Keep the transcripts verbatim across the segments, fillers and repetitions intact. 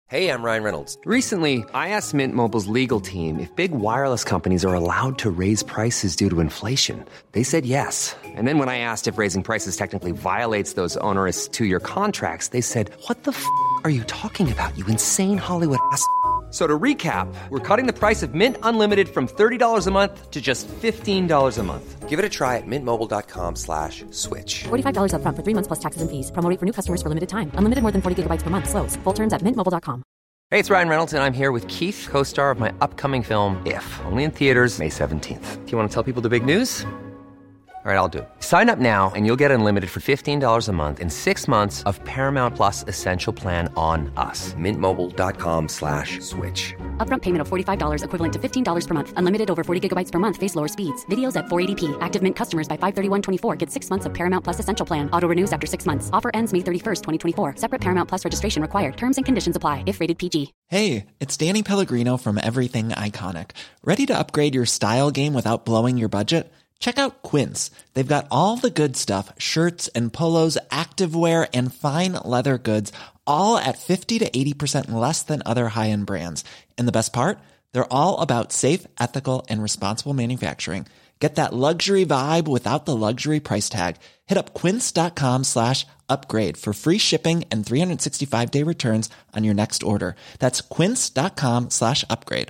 Hey, I'm Ryan Reynolds. Recently, I asked Mint Mobile's legal team if big wireless companies are allowed to raise prices due to inflation. They said yes. And then when I asked if raising prices technically violates those onerous two-year contracts, they said, what the f*** are you talking about, you insane Hollywood ass f- So to recap, we're cutting the price of Mint Unlimited from thirty dollars a month to just fifteen dollars a month. Give it a try at mintmobile.com slash switch. forty-five dollars up front for three months plus taxes and fees. Promo rate for new customers for limited time. Unlimited more than forty gigabytes per month. Slows full terms at mint mobile dot com. Hey, it's Ryan Reynolds, and I'm here with Keith, co-star of my upcoming film, If, only in theaters May seventeenth. Do you want to tell people the big news? All right, I'll do it. Sign up now and you'll get unlimited for fifteen dollars a month and six months of Paramount Plus Essential Plan on us. mintmobile.com slash switch. Upfront payment of forty-five dollars equivalent to fifteen dollars per month. Unlimited over forty gigabytes per month. Face lower speeds. Videos at four eighty p. Active Mint customers by five thirty-one twenty-four get six months of Paramount Plus Essential Plan. Auto renews after six months. Offer ends May thirty-first, twenty twenty-four. Separate Paramount Plus registration required. Terms and conditions apply if rated P G. Hey, it's Danny Pellegrino from Everything Iconic. Ready to upgrade your style game without blowing your budget? Check out Quince. They've got all the good stuff, shirts and polos, activewear, and fine leather goods, all at fifty to eighty percent less than other high-end brands. And the best part? They're all about safe, ethical, and responsible manufacturing. Get that luxury vibe without the luxury price tag. Hit up quince.com slash upgrade for free shipping and three sixty-five day returns on your next order. That's quince.com slash upgrade.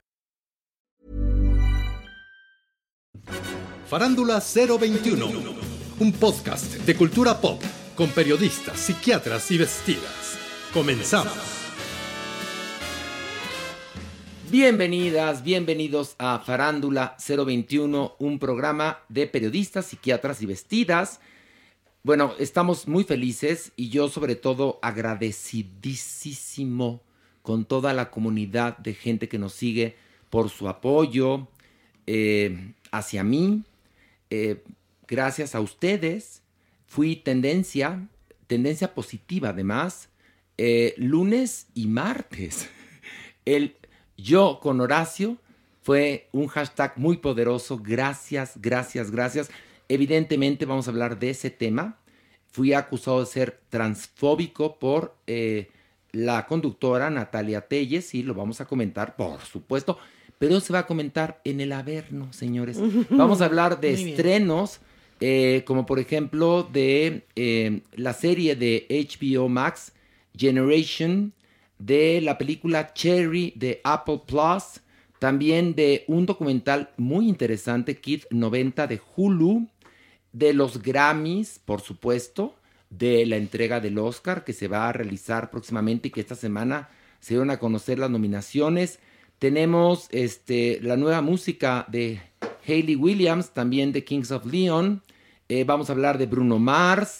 Farándula cero veintiuno, un podcast de cultura pop con periodistas, psiquiatras y vestidas. Comenzamos. Bienvenidas, bienvenidos a Farándula cero veintiuno, un programa de periodistas, psiquiatras y vestidas. Bueno, estamos muy felices y yo sobre todo agradecidísimo con toda la comunidad de gente que nos sigue por su apoyo eh, hacia mí. Eh, gracias a ustedes fui tendencia, tendencia positiva además, eh, lunes y martes. El yo con Horacio fue un hashtag muy poderoso. Gracias, gracias, gracias. Evidentemente vamos a hablar de ese tema. Fui acusado de ser transfóbico por eh, la conductora Natalia Telles y lo vamos a comentar, por supuesto. Pero se va a comentar en el Averno, señores. Vamos a hablar de Muy estrenos, eh, como por ejemplo de eh, la serie de H B O Max, Generation, de la película Cherry de Apple Plus, también de un documental muy interesante, Kid noventa de Hulu, de los Grammys, por supuesto, de la entrega del Oscar que se va a realizar próximamente y que esta semana se dieron a conocer las nominaciones. Tenemos este, la nueva música de Hayley Williams, también de Kings of Leon. Eh, vamos a hablar de Bruno Mars.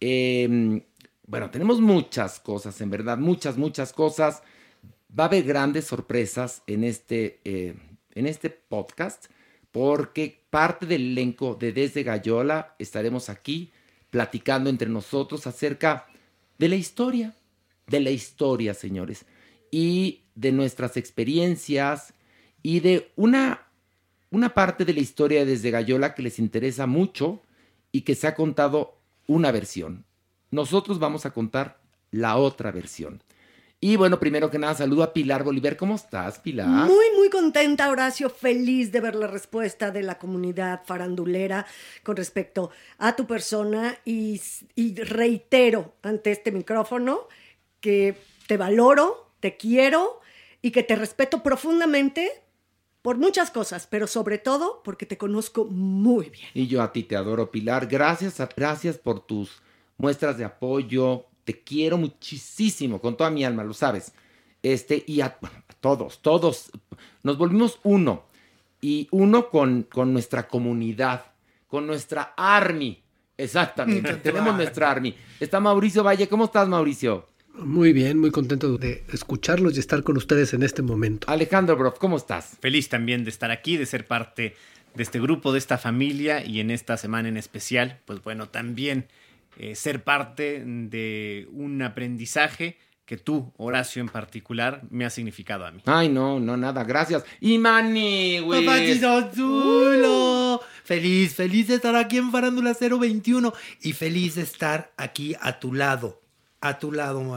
Eh, bueno, tenemos muchas cosas, en verdad, muchas, muchas cosas. Va a haber grandes sorpresas en este, eh, en este podcast, porque parte del elenco de Desde Gallola estaremos aquí platicando entre nosotros acerca de la historia, de la historia, señores, y de nuestras experiencias y de una, una parte de la historia Desde Gallola que les interesa mucho y que se ha contado una versión. Nosotros vamos a contar la otra versión. Y bueno, primero que nada, saludo a Pilar Bolívar. ¿Cómo estás, Pilar? Muy, muy contenta, Horacio. Feliz de ver la respuesta de la comunidad farandulera con respecto a tu persona. Y, y reitero ante este micrófono que te valoro, te quiero y que te respeto profundamente por muchas cosas, pero sobre todo porque te conozco muy bien. Y yo a ti te adoro, Pilar. Gracias, a, gracias por tus muestras de apoyo. Te quiero muchísimo, con toda mi alma, lo sabes. Este, y a, bueno, a todos, todos. Nos volvimos uno. Y uno con, con nuestra comunidad, con nuestra Army. Exactamente, tenemos nuestra Army. Está Mauricio Valle. ¿Cómo estás, Mauricio? Muy bien, muy contento de escucharlos y estar con ustedes en este momento. Alejandro Broff, ¿cómo estás? Feliz también de estar aquí, de ser parte de este grupo, de esta familia y en esta semana en especial, pues bueno, también eh, ser parte de un aprendizaje que tú, Horacio en particular, me ha significado a mí. Ay, no, no, nada, gracias. Y Manny, güey. Papacito chulo. Uh. Feliz, feliz de estar aquí en Farándula cero veintiuno y feliz de estar aquí a tu lado. A tu lado, Mario.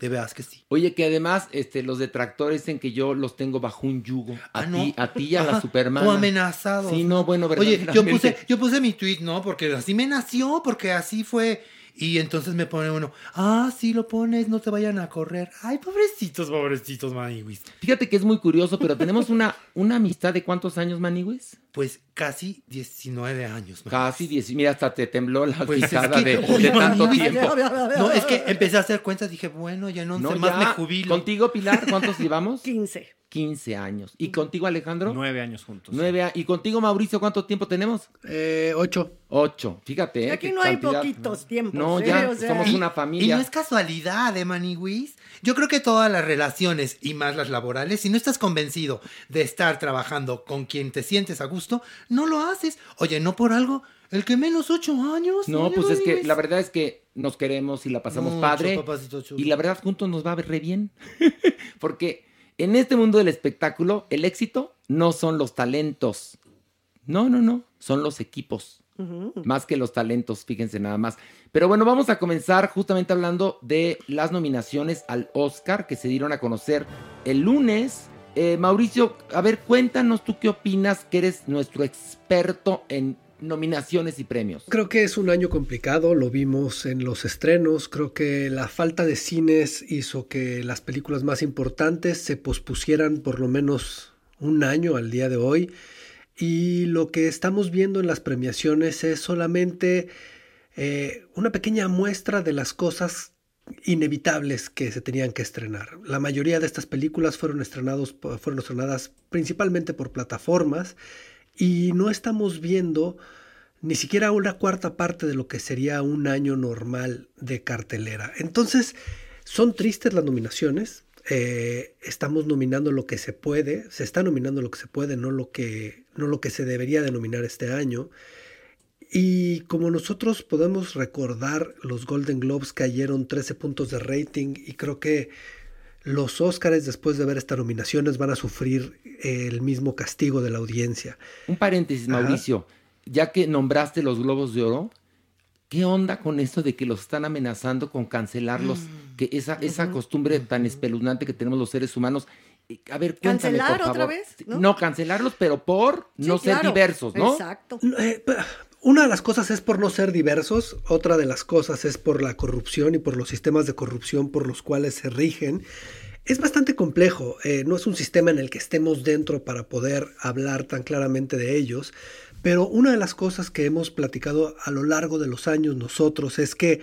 De veras que sí. Oye, que además este, los detractores dicen que yo los tengo bajo un yugo. A Ah, ti, ¿no? a ti y a Ajá, la Superman. o amenazados. Sí, no, bueno, Oye, verdaderamente. yo puse, yo puse mi tweet, ¿no? Porque así me nació, porque así fue. Y entonces me pone uno, ah, sí lo pones, no te vayan a correr. Ay, pobrecitos, pobrecitos, Maniwis. Fíjate que es muy curioso, pero tenemos una, una amistad de ¿cuántos años, Maniwis? Pues casi diecinueve años. Casi diez. Mira, hasta te tembló la Pues es quijada que- de, Oye, de tanto Maniwis, tiempo. No, es que empecé a hacer cuentas, dije, bueno, ya no, No, sé más ya. me jubilo. ¿Contigo, Pilar, cuántos llevamos? quince. quince años. ¿Y contigo, Alejandro? Nueve años juntos. Nueve a- ¿Y contigo, Mauricio, cuánto tiempo tenemos? Eh, ocho. Ocho. Fíjate, ¿eh? Aquí qué no hay cantidad. poquitos tiempos. No, ¿eh? ya O sea, somos una Y familia. no es casualidad, ¿eh, Maniwis? Yo creo que todas las relaciones, y más las laborales, si no estás convencido de estar trabajando con quien te sientes a gusto, no lo haces. Oye, no por algo, el que menos ocho años. No, oye, pues es que Maniwis. la verdad es que nos queremos y la pasamos Mucho, padre. papacito chulo. Y la verdad, juntos nos va a ver re bien. Porque en este mundo del espectáculo, el éxito no son los talentos. No, no, no. Son los equipos. Más que los talentos, fíjense nada más. Pero bueno, vamos a comenzar justamente hablando de las nominaciones al Oscar que se dieron a conocer el lunes. Eh, Mauricio, a ver, cuéntanos tú qué opinas, que eres nuestro experto en nominaciones y premios. Creo que es un año complicado, lo vimos en los estrenos, creo que la falta de cines hizo que las películas más importantes se pospusieran por lo menos un año al día de hoy, y lo que estamos viendo en las premiaciones es solamente eh, una pequeña muestra de las cosas inevitables que se tenían que estrenar. La mayoría de estas películas fueron estrenados, fueron estrenadas principalmente por plataformas, y no estamos viendo ni siquiera una cuarta parte de lo que sería un año normal de cartelera. Entonces, son tristes las nominaciones. Eh, estamos nominando lo que se puede, se está nominando lo que se puede, no lo que, no lo que se debería de nominar este año. Y como nosotros podemos recordar, los Golden Globes cayeron trece puntos de rating, y creo que los Óscares, después de ver estas nominaciones, van a sufrir el mismo castigo de la audiencia. Un paréntesis, Ajá. Mauricio. Ya que nombraste los Globos de Oro, ¿qué onda con esto de que los están amenazando con cancelarlos? Mm. Que esa, esa costumbre tan espeluznante que tenemos los seres humanos. Eh, A ver, cuéntame, ¿Cancelar por otra favor. vez? ¿no? ¿No? cancelarlos, pero por Sí, no ser claro. diversos, ¿no? Exacto. Eh, p- Una de las cosas es por no ser diversos, otra de las cosas es por la corrupción y por los sistemas de corrupción por los cuales se rigen. Es bastante complejo, eh, no es un sistema en el que estemos dentro para poder hablar tan claramente de ellos, pero una de las cosas que hemos platicado a lo largo de los años nosotros es que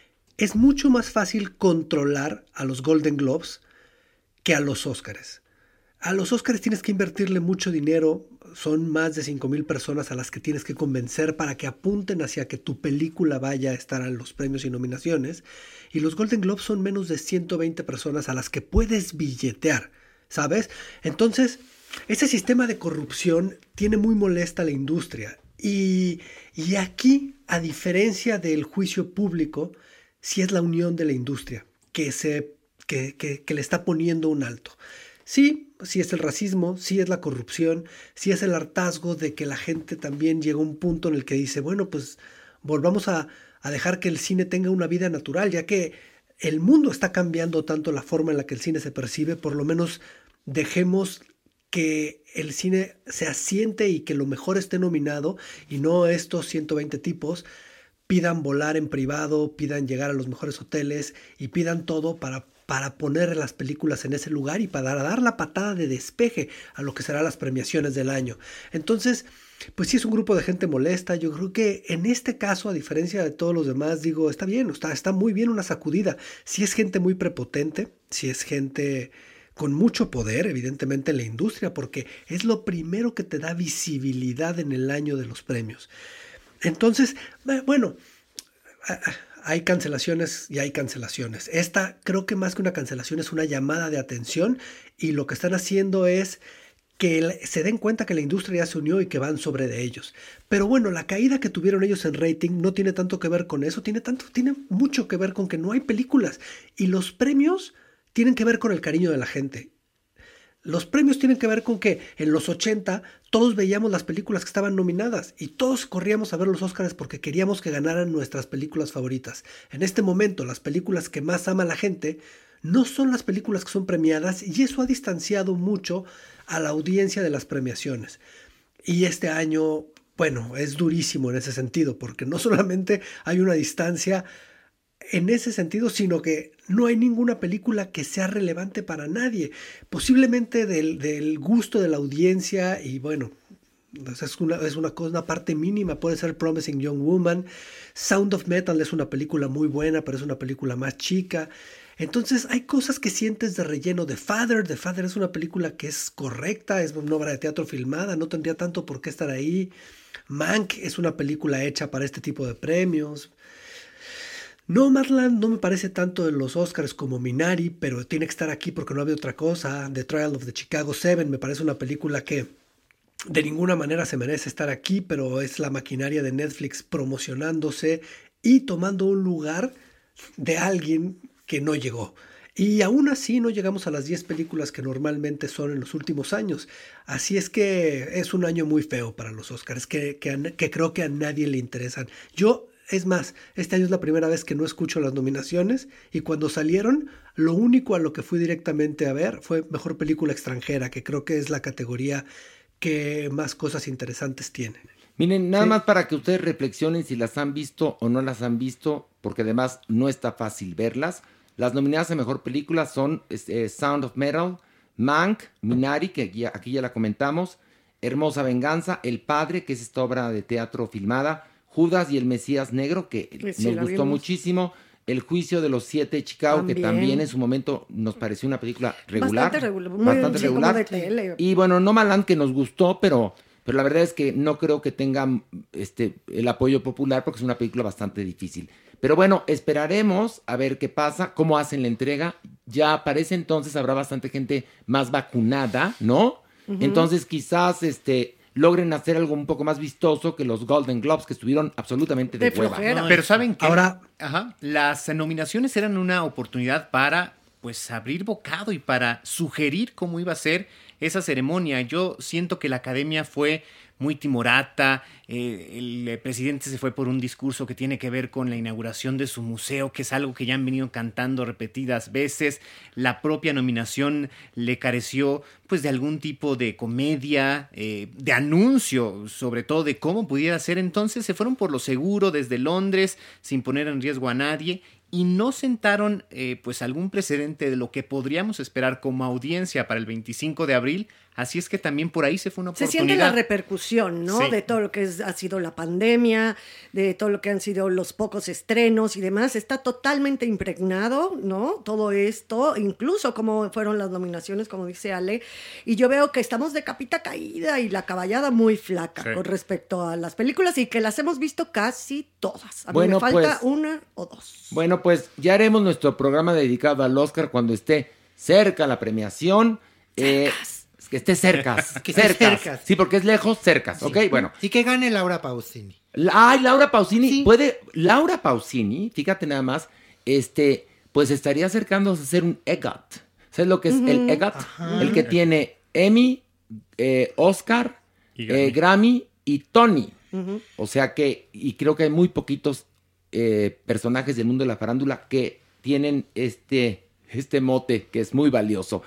es mucho más fácil controlar a los Golden Globes que a los Óscares. A los Óscares tienes que invertirle mucho dinero, son más de cinco mil personas a las que tienes que convencer para que apunten hacia que tu película vaya a estar en los premios y nominaciones, y los Golden Globes son menos de ciento veinte personas a las que puedes billetear, ¿sabes? Entonces, ese sistema de corrupción tiene muy molesta a la industria, y, y aquí, a diferencia del juicio público, sí es la unión de la industria que, se, que, que, que le está poniendo un alto. Sí, sí es el racismo, sí es la corrupción, sí es el hartazgo de que la gente también llega a un punto en el que dice, bueno, pues volvamos a, a dejar que el cine tenga una vida natural, ya que el mundo está cambiando tanto la forma en la que el cine se percibe, por lo menos dejemos que el cine se asiente y que lo mejor esté nominado, y no estos ciento veinte tipos pidan volar en privado, pidan llegar a los mejores hoteles y pidan todo para para poner las películas en ese lugar y para dar la patada de despeje a lo que serán las premiaciones del año. Entonces, pues sí es un grupo de gente molesta. Yo creo que en este caso, a diferencia de todos los demás, digo, está bien, está, está muy bien una sacudida. Si es gente muy prepotente, si es gente con mucho poder, evidentemente, en la industria, porque es lo primero que te da visibilidad en el año de los premios. Entonces, bueno, hay cancelaciones y hay cancelaciones. Esta creo que más que una cancelación es una llamada de atención, y lo que están haciendo es que se den cuenta que la industria ya se unió y que van sobre de ellos. Pero bueno, la caída que tuvieron ellos en rating no tiene tanto que ver con eso, tiene, tanto, tiene mucho que ver con que no hay películas, y los premios tienen que ver con el cariño de la gente. Los premios tienen que ver con que en los ochenta todos veíamos las películas que estaban nominadas y todos corríamos a ver los Óscares porque queríamos que ganaran nuestras películas favoritas. En este momento, las películas que más ama la gente no son las películas que son premiadas, y eso ha distanciado mucho a la audiencia de las premiaciones. Y este año, bueno, es durísimo en ese sentido, porque no solamente hay una distancia en ese sentido, sino que no hay ninguna película que sea relevante para nadie. Posiblemente del, del gusto de la audiencia, y bueno, es una, es una, cosa, una parte mínima, puede ser Promising Young Woman. Sound of Metal es una película muy buena, pero es una película más chica. Entonces hay cosas que sientes de relleno. The Father, The Father es una película que es correcta, es una obra de teatro filmada, no tendría tanto por qué estar ahí. Mank es una película hecha para este tipo de premios. Nomadland no me parece tanto en los Oscars como Minari, pero tiene que estar aquí porque no había otra cosa. The Trial of the Chicago Seven me parece una película que de ninguna manera se merece estar aquí, pero es la maquinaria de Netflix promocionándose y tomando un lugar de alguien que no llegó. Y aún así no llegamos a las diez películas que normalmente son en los últimos años. Así es que es un año muy feo para los Oscars, que, que, a, que creo que a nadie le interesan. Yo... Es más, este año es la primera vez que no escucho las nominaciones, y cuando salieron, lo único a lo que fui directamente a ver fue Mejor Película Extranjera, que creo que es la categoría que más cosas interesantes tiene. Miren, nada ¿Sí? más para que ustedes reflexionen si las han visto o no las han visto, porque además no está fácil verlas. Las nominadas a Mejor Película son eh, Sound of Metal, Mank, Minari, que aquí, aquí ya la comentamos, Hermosa Venganza, El Padre, que es esta obra de teatro filmada, Judas y el Mesías Negro, que sí, nos la gustó vimos. muchísimo. El Juicio de los Siete de Chicago, También. que también en su momento nos pareció una película regular. Bastante regular, muy bastante sí, regular. como de tele. Y bueno, Nomadland, que nos gustó, pero, pero la verdad es que no creo que tenga este, el apoyo popular, porque es una película bastante difícil. Pero bueno, esperaremos a ver qué pasa, cómo hacen la entrega. Ya para ese entonces habrá bastante gente más vacunada, ¿no? Uh-huh. Entonces quizás este... logren hacer algo un poco más vistoso que los Golden Globes, que estuvieron absolutamente de, de hueva. No, pero ¿saben qué? Ahora, Ajá, las nominaciones eran una oportunidad para, pues, abrir bocado y para sugerir cómo iba a ser esa ceremonia. Yo siento que la academia fue muy timorata, eh, el presidente se fue por un discurso que tiene que ver con la inauguración de su museo, que es algo que ya han venido cantando repetidas veces. La propia nominación le careció pues de algún tipo de comedia, eh, de anuncio, sobre todo de cómo pudiera ser. Entonces se fueron por lo seguro desde Londres, sin poner en riesgo a nadie, y no sentaron eh, pues algún precedente de lo que podríamos esperar como audiencia para el veinticinco de abril. Así es que también por ahí se fue una Se oportunidad. siente la repercusión, ¿no? Sí. De todo lo que es, ha sido la pandemia, de todo lo que han sido los pocos estrenos y demás. Está totalmente impregnado, ¿no? Todo esto, incluso como fueron las nominaciones, como dice Ale. Y yo veo que estamos de capita caída y la caballada muy flaca, sí, con respecto a las películas, y que las hemos visto casi todas. A mí bueno, me falta pues, una o dos. Bueno, pues ya haremos nuestro programa dedicado al Oscar cuando esté cerca la premiación. Cercas. Eh, que esté cercas. Que esté cercas. cercas. Sí, porque es lejos, cercas. Sí. Ok, bueno. Y que gane Laura Pausini. Ay, Laura Pausini. Sí. Puede. Laura Pausini, fíjate nada más, este, pues estaría acercándose a ser un EGOT. ¿Sabes lo que es uh-huh. el EGOT? Ajá. El que tiene Emmy, eh, Oscar, y Grammy. Eh, Grammy y Tony. Uh-huh. O sea que, y creo que hay muy poquitos eh, personajes del mundo de la farándula que tienen este, este mote que es muy valioso.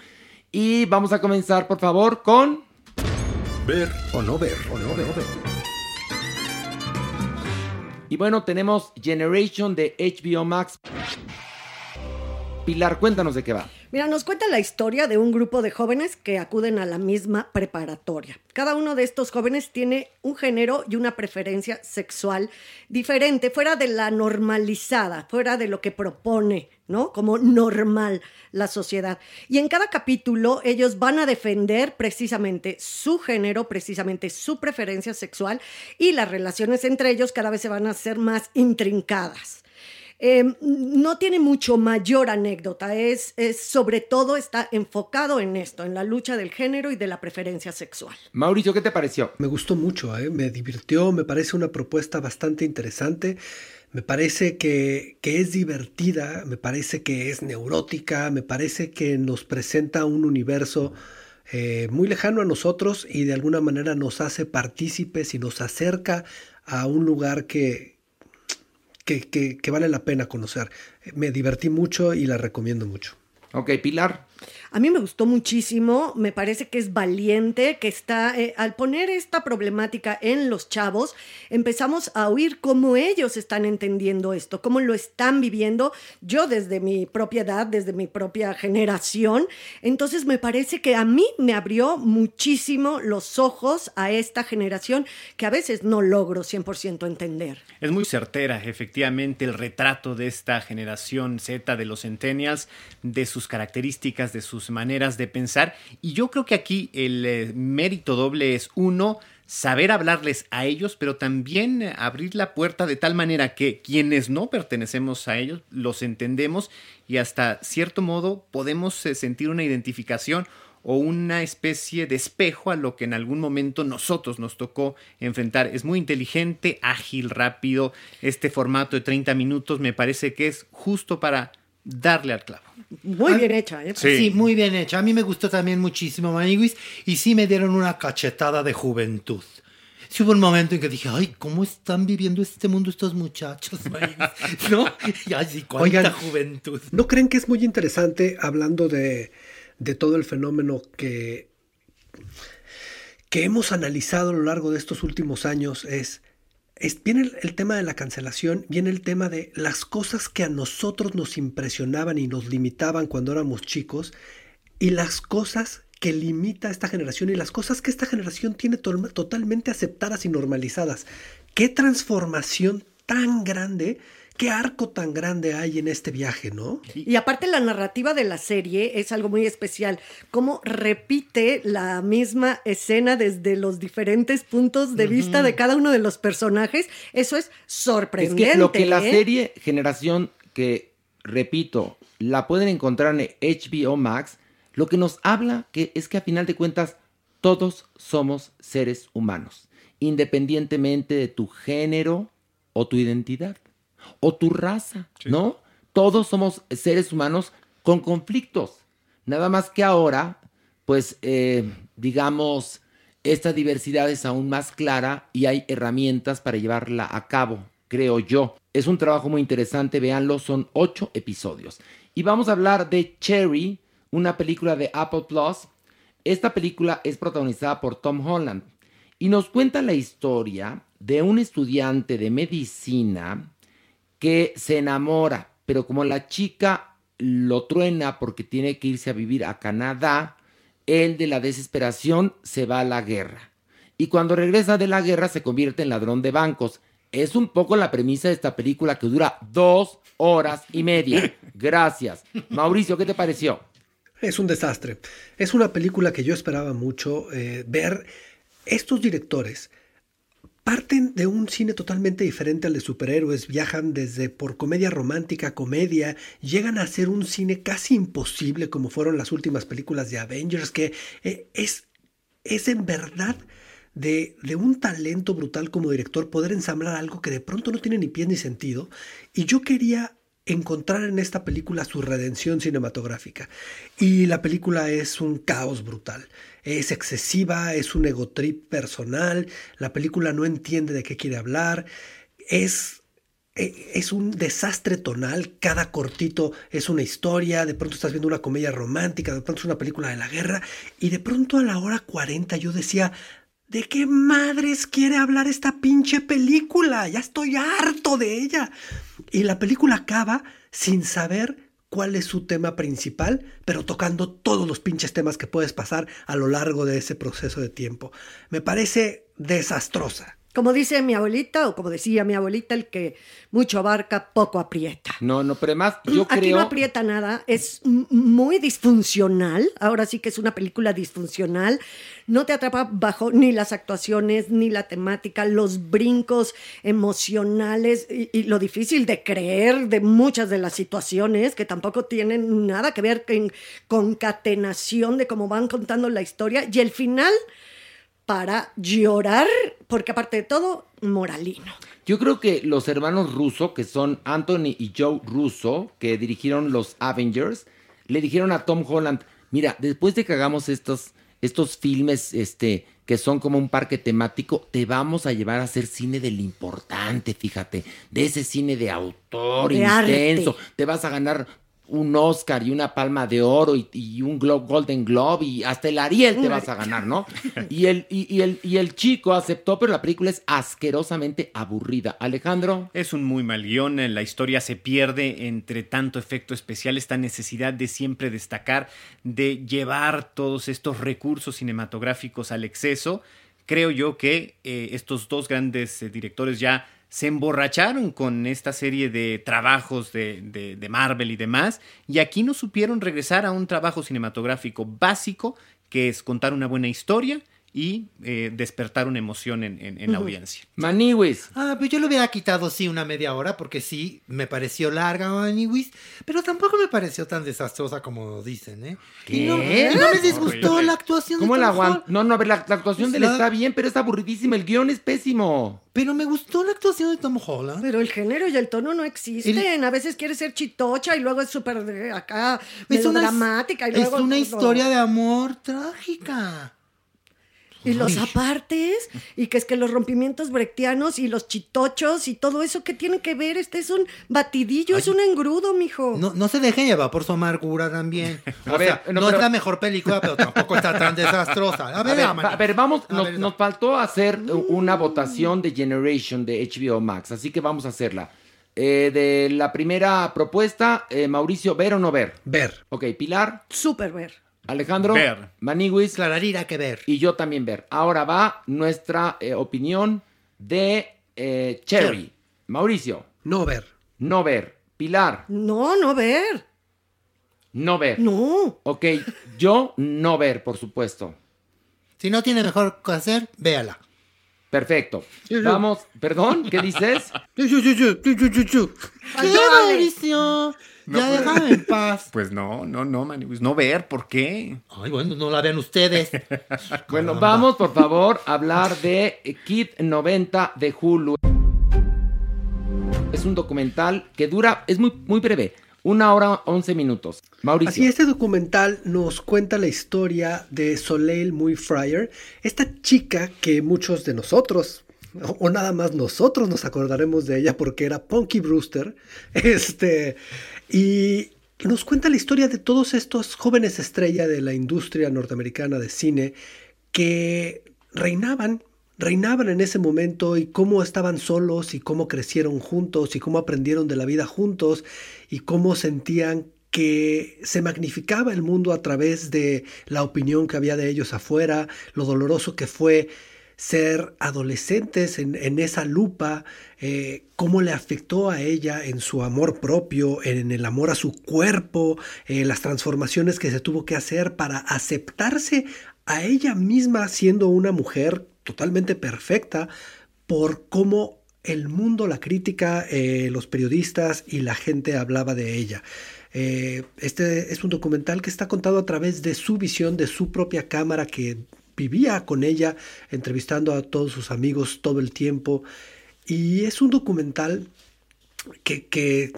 Y vamos a comenzar, por favor, con... Ver o no ver, o no ver. Y bueno, tenemos Generation de H B O Max. Pilar, cuéntanos de qué va. Mira, nos cuenta la historia de un grupo de jóvenes que acuden a la misma preparatoria. Cada uno de estos jóvenes tiene un género y una preferencia sexual diferente, fuera de la normalizada, fuera de lo que propone, ¿no? Como normal la sociedad. Y en cada capítulo ellos van a defender precisamente su género, precisamente su preferencia sexual, y las relaciones entre ellos cada vez se van a hacer más intrincadas. Eh, no tiene mucho mayor anécdota, es, es sobre todo está enfocado en esto, en la lucha del género y de la preferencia sexual. Mauricio, ¿qué te pareció? Me gustó mucho, ¿eh? Me divirtió, me parece una propuesta bastante interesante, me parece que, que es divertida, me parece que es neurótica, me parece que nos presenta un universo eh, muy lejano a nosotros y de alguna manera nos hace partícipes y nos acerca a un lugar que Que, que, que vale la pena conocer. Me divertí mucho y la recomiendo mucho. Ok, Pilar. A mí me gustó muchísimo, me parece que es valiente, que está, eh, al poner esta problemática en los chavos, empezamos a oír cómo ellos están entendiendo esto, cómo lo están viviendo, yo desde mi propia edad, desde mi propia generación, entonces me parece que a mí me abrió muchísimo los ojos a esta generación que a veces no logro cien por ciento entender. Es muy certera, efectivamente, el retrato de esta generación Z, de los centennials, de sus características, de sus maneras de pensar. Y yo creo que aquí el eh, mérito doble es, uno, saber hablarles a ellos, pero también eh, abrir la puerta de tal manera que quienes no pertenecemos a ellos los entendemos y hasta cierto modo podemos eh, sentir una identificación o una especie de espejo a lo que en algún momento nosotros nos tocó enfrentar. Es muy inteligente, ágil, rápido. Este formato de treinta minutos me parece que es justo para darle al clavo. Muy bien hecha, ¿eh? Sí. sí, muy bien hecha. A mí me gustó también muchísimo, Maniguis, y sí me dieron una cachetada de juventud. Sí hubo un momento en que dije, ay, ¿cómo están viviendo este mundo estos muchachos, Maniguis? ¿No? Y así, cuánta Oigan, juventud. ¿No creen que es muy interesante, hablando de, de todo el fenómeno que, que hemos analizado a lo largo de estos últimos años, es... Es, viene el, el tema de la cancelación, viene el tema de las cosas que a nosotros nos impresionaban y nos limitaban cuando éramos chicos y las cosas que limita a esta generación y las cosas que esta generación tiene to- totalmente aceptadas y normalizadas. ¿Qué transformación tan grande, qué arco tan grande hay en este viaje, ¿no? Y aparte la narrativa de la serie es algo muy especial, cómo repite la misma escena desde los diferentes puntos de vista de cada uno de los personajes, eso es sorprendente. Es que lo que la ¿eh? serie Generación, que repito, la pueden encontrar en H B O Max, lo que nos habla que es que a final de cuentas todos somos seres humanos, independientemente de tu género o tu identidad. O tu raza, sí. ¿no? Todos somos seres humanos con conflictos. Nada más que ahora, pues, eh, digamos, esta diversidad es aún más clara y hay herramientas para llevarla a cabo, creo yo. Es un trabajo muy interesante, véanlo, son ocho episodios. Y vamos a hablar de Cherry, una película de Apple Plus. Esta película es protagonizada por Tom Holland y nos cuenta la historia de un estudiante de medicina que se enamora, pero como la chica lo truena porque tiene que irse a vivir a Canadá, él de la desesperación se va a la guerra. Y cuando regresa de la guerra se convierte en ladrón de bancos. Es un poco la premisa de esta película que dura dos horas y media. Gracias. Mauricio, ¿qué te pareció? Es un desastre. Es una película que yo esperaba mucho eh, ver. Estos directores parten de un cine totalmente diferente al de superhéroes, viajan desde por comedia romántica, comedia, llegan a hacer un cine casi imposible como fueron las últimas películas de Avengers, que eh, es, es en verdad de, de un talento brutal como director poder ensamblar algo que de pronto no tiene ni pies ni sentido. Y yo quería encontrar en esta película su redención cinematográfica. Y la película es un caos brutal. Es excesiva, es un egotrip personal, la película no entiende de qué quiere hablar, es, es un desastre tonal, cada cortito es una historia, de pronto estás viendo una comedia romántica, de pronto es una película de la guerra, y de pronto a la hora cuarenta yo decía, ¿de qué madres quiere hablar esta pinche película? Ya estoy harto de ella. Y la película acaba sin saber cuál es su tema principal, pero tocando todos los pinches temas que puedes pasar a lo largo de ese proceso de tiempo. Me parece desastrosa. Como dice mi abuelita, o como decía mi abuelita, el que mucho abarca, poco aprieta. No, no, pero además yo Aquí creo... no aprieta nada, es muy disfuncional, ahora sí que es una película disfuncional, no te atrapa bajo ni las actuaciones, ni la temática, los brincos emocionales y, y lo difícil de creer de muchas de las situaciones que tampoco tienen nada que ver con concatenación de cómo van contando la historia y el final... para llorar, porque aparte de todo, moralino. Yo creo que los hermanos Russo, que son Anthony y Joe Russo, que dirigieron los Avengers, le dijeron a Tom Holland, mira, después de que hagamos estos, estos filmes este, que son como un parque temático, te vamos a llevar a hacer cine del importante, fíjate, de ese cine de autor, de intenso, arte. Te vas a ganar un Oscar y una Palma de Oro y, y un Glo- Golden Globe y hasta el Ariel te vas a ganar, ¿no? Y el, y, y el, y el chico aceptó, pero la película es asquerosamente aburrida. Alejandro. Es un muy mal guión, la historia se pierde entre tanto efecto especial, esta necesidad de siempre destacar, de llevar todos estos recursos cinematográficos al exceso. Creo yo que eh, estos dos grandes eh, directores ya se emborracharon con esta serie de trabajos de, de, de Marvel y demás, y aquí no supieron regresar a un trabajo cinematográfico básico, que es contar una buena historia y eh, despertar una emoción en, en, en la audiencia. Maniwis. Ah, pues yo le hubiera quitado, sí, una media hora, porque sí, me pareció larga Maniwis, pero tampoco me pareció tan desastrosa como dicen, ¿eh? ¿Qué? Y no, y no me disgustó Horrible. la actuación de ¿Cómo la Tom aguanta? Holland. No, no, a ver, la, la actuación de él La- está bien, pero es aburridísima. El guión es pésimo. Pero me gustó la actuación de Tom Holland. Pero el género y el tono no existen. A veces quiere ser chitocha y luego es súper de acá Es una, dramática. Y es luego una no. historia de amor trágica. Y los Ay. apartes, y que es que los rompimientos brechtianos y los chitochos y todo eso, ¿qué tiene que ver? Este es un batidillo, Ay. es un engrudo, mijo. No, no se dejen llevar por su amargura también. O A ver, sea, no, no, pero- es la mejor película, pero tampoco está tan desastrosa. A A ver, ver, Amani. a ver, vamos, A nos, ver, nos faltó hacer una votación de Generation de H B O Max, así que vamos a hacerla. Eh, de la primera propuesta, eh, Mauricio, ¿ver o no ver? Ver. Ok, Pilar, Súper ver. Alejandro, Ver. Maniwis Clararira que ver. y yo también ver. Ahora va nuestra eh, opinión de eh, Cherry. Mauricio, No ver. no ver. Pilar, No, no ver. no ver. No. Ok, yo no ver, por supuesto. Si no tiene mejor que hacer, véala. Perfecto. Sí, sí. Vamos, perdón, ¿qué dices? Chu, chu, chu, chu, chu, chu, chu, chu. ¿Qué, Ándale. Mauricio? No, Ya pues- déjame en paz. Pues no, no, no, Maniwis, no ver, ¿por qué? Ay, bueno, no la vean ustedes. Bueno, Caramba. vamos por favor a hablar de Kid noventa de Hulu. Es un documental que dura, es muy, muy breve, una hora once minutos. Mauricio. Así, este documental nos cuenta la historia de Soleil Muy Fryer, esta chica que muchos de nosotros, o, o nada más nosotros nos acordaremos de ella porque era Punky Brewster, este, y nos cuenta la historia de todos estos jóvenes estrella de la industria norteamericana de cine que reinaban reinaban en ese momento y cómo estaban solos y cómo crecieron juntos y cómo aprendieron de la vida juntos y cómo sentían que se magnificaba el mundo a través de la opinión que había de ellos afuera, lo doloroso que fue ser adolescentes en, en esa lupa, eh, cómo le afectó a ella en su amor propio, en el amor a su cuerpo, eh, las transformaciones que se tuvo que hacer para aceptarse a ella misma siendo una mujer totalmente perfecta, por cómo el mundo, la crítica, eh, los periodistas y la gente hablaba de ella. Eh, este es un documental que está contado a través de su visión, de su propia cámara, que vivía con ella, entrevistando a todos sus amigos todo el tiempo. Y es un documental que, que,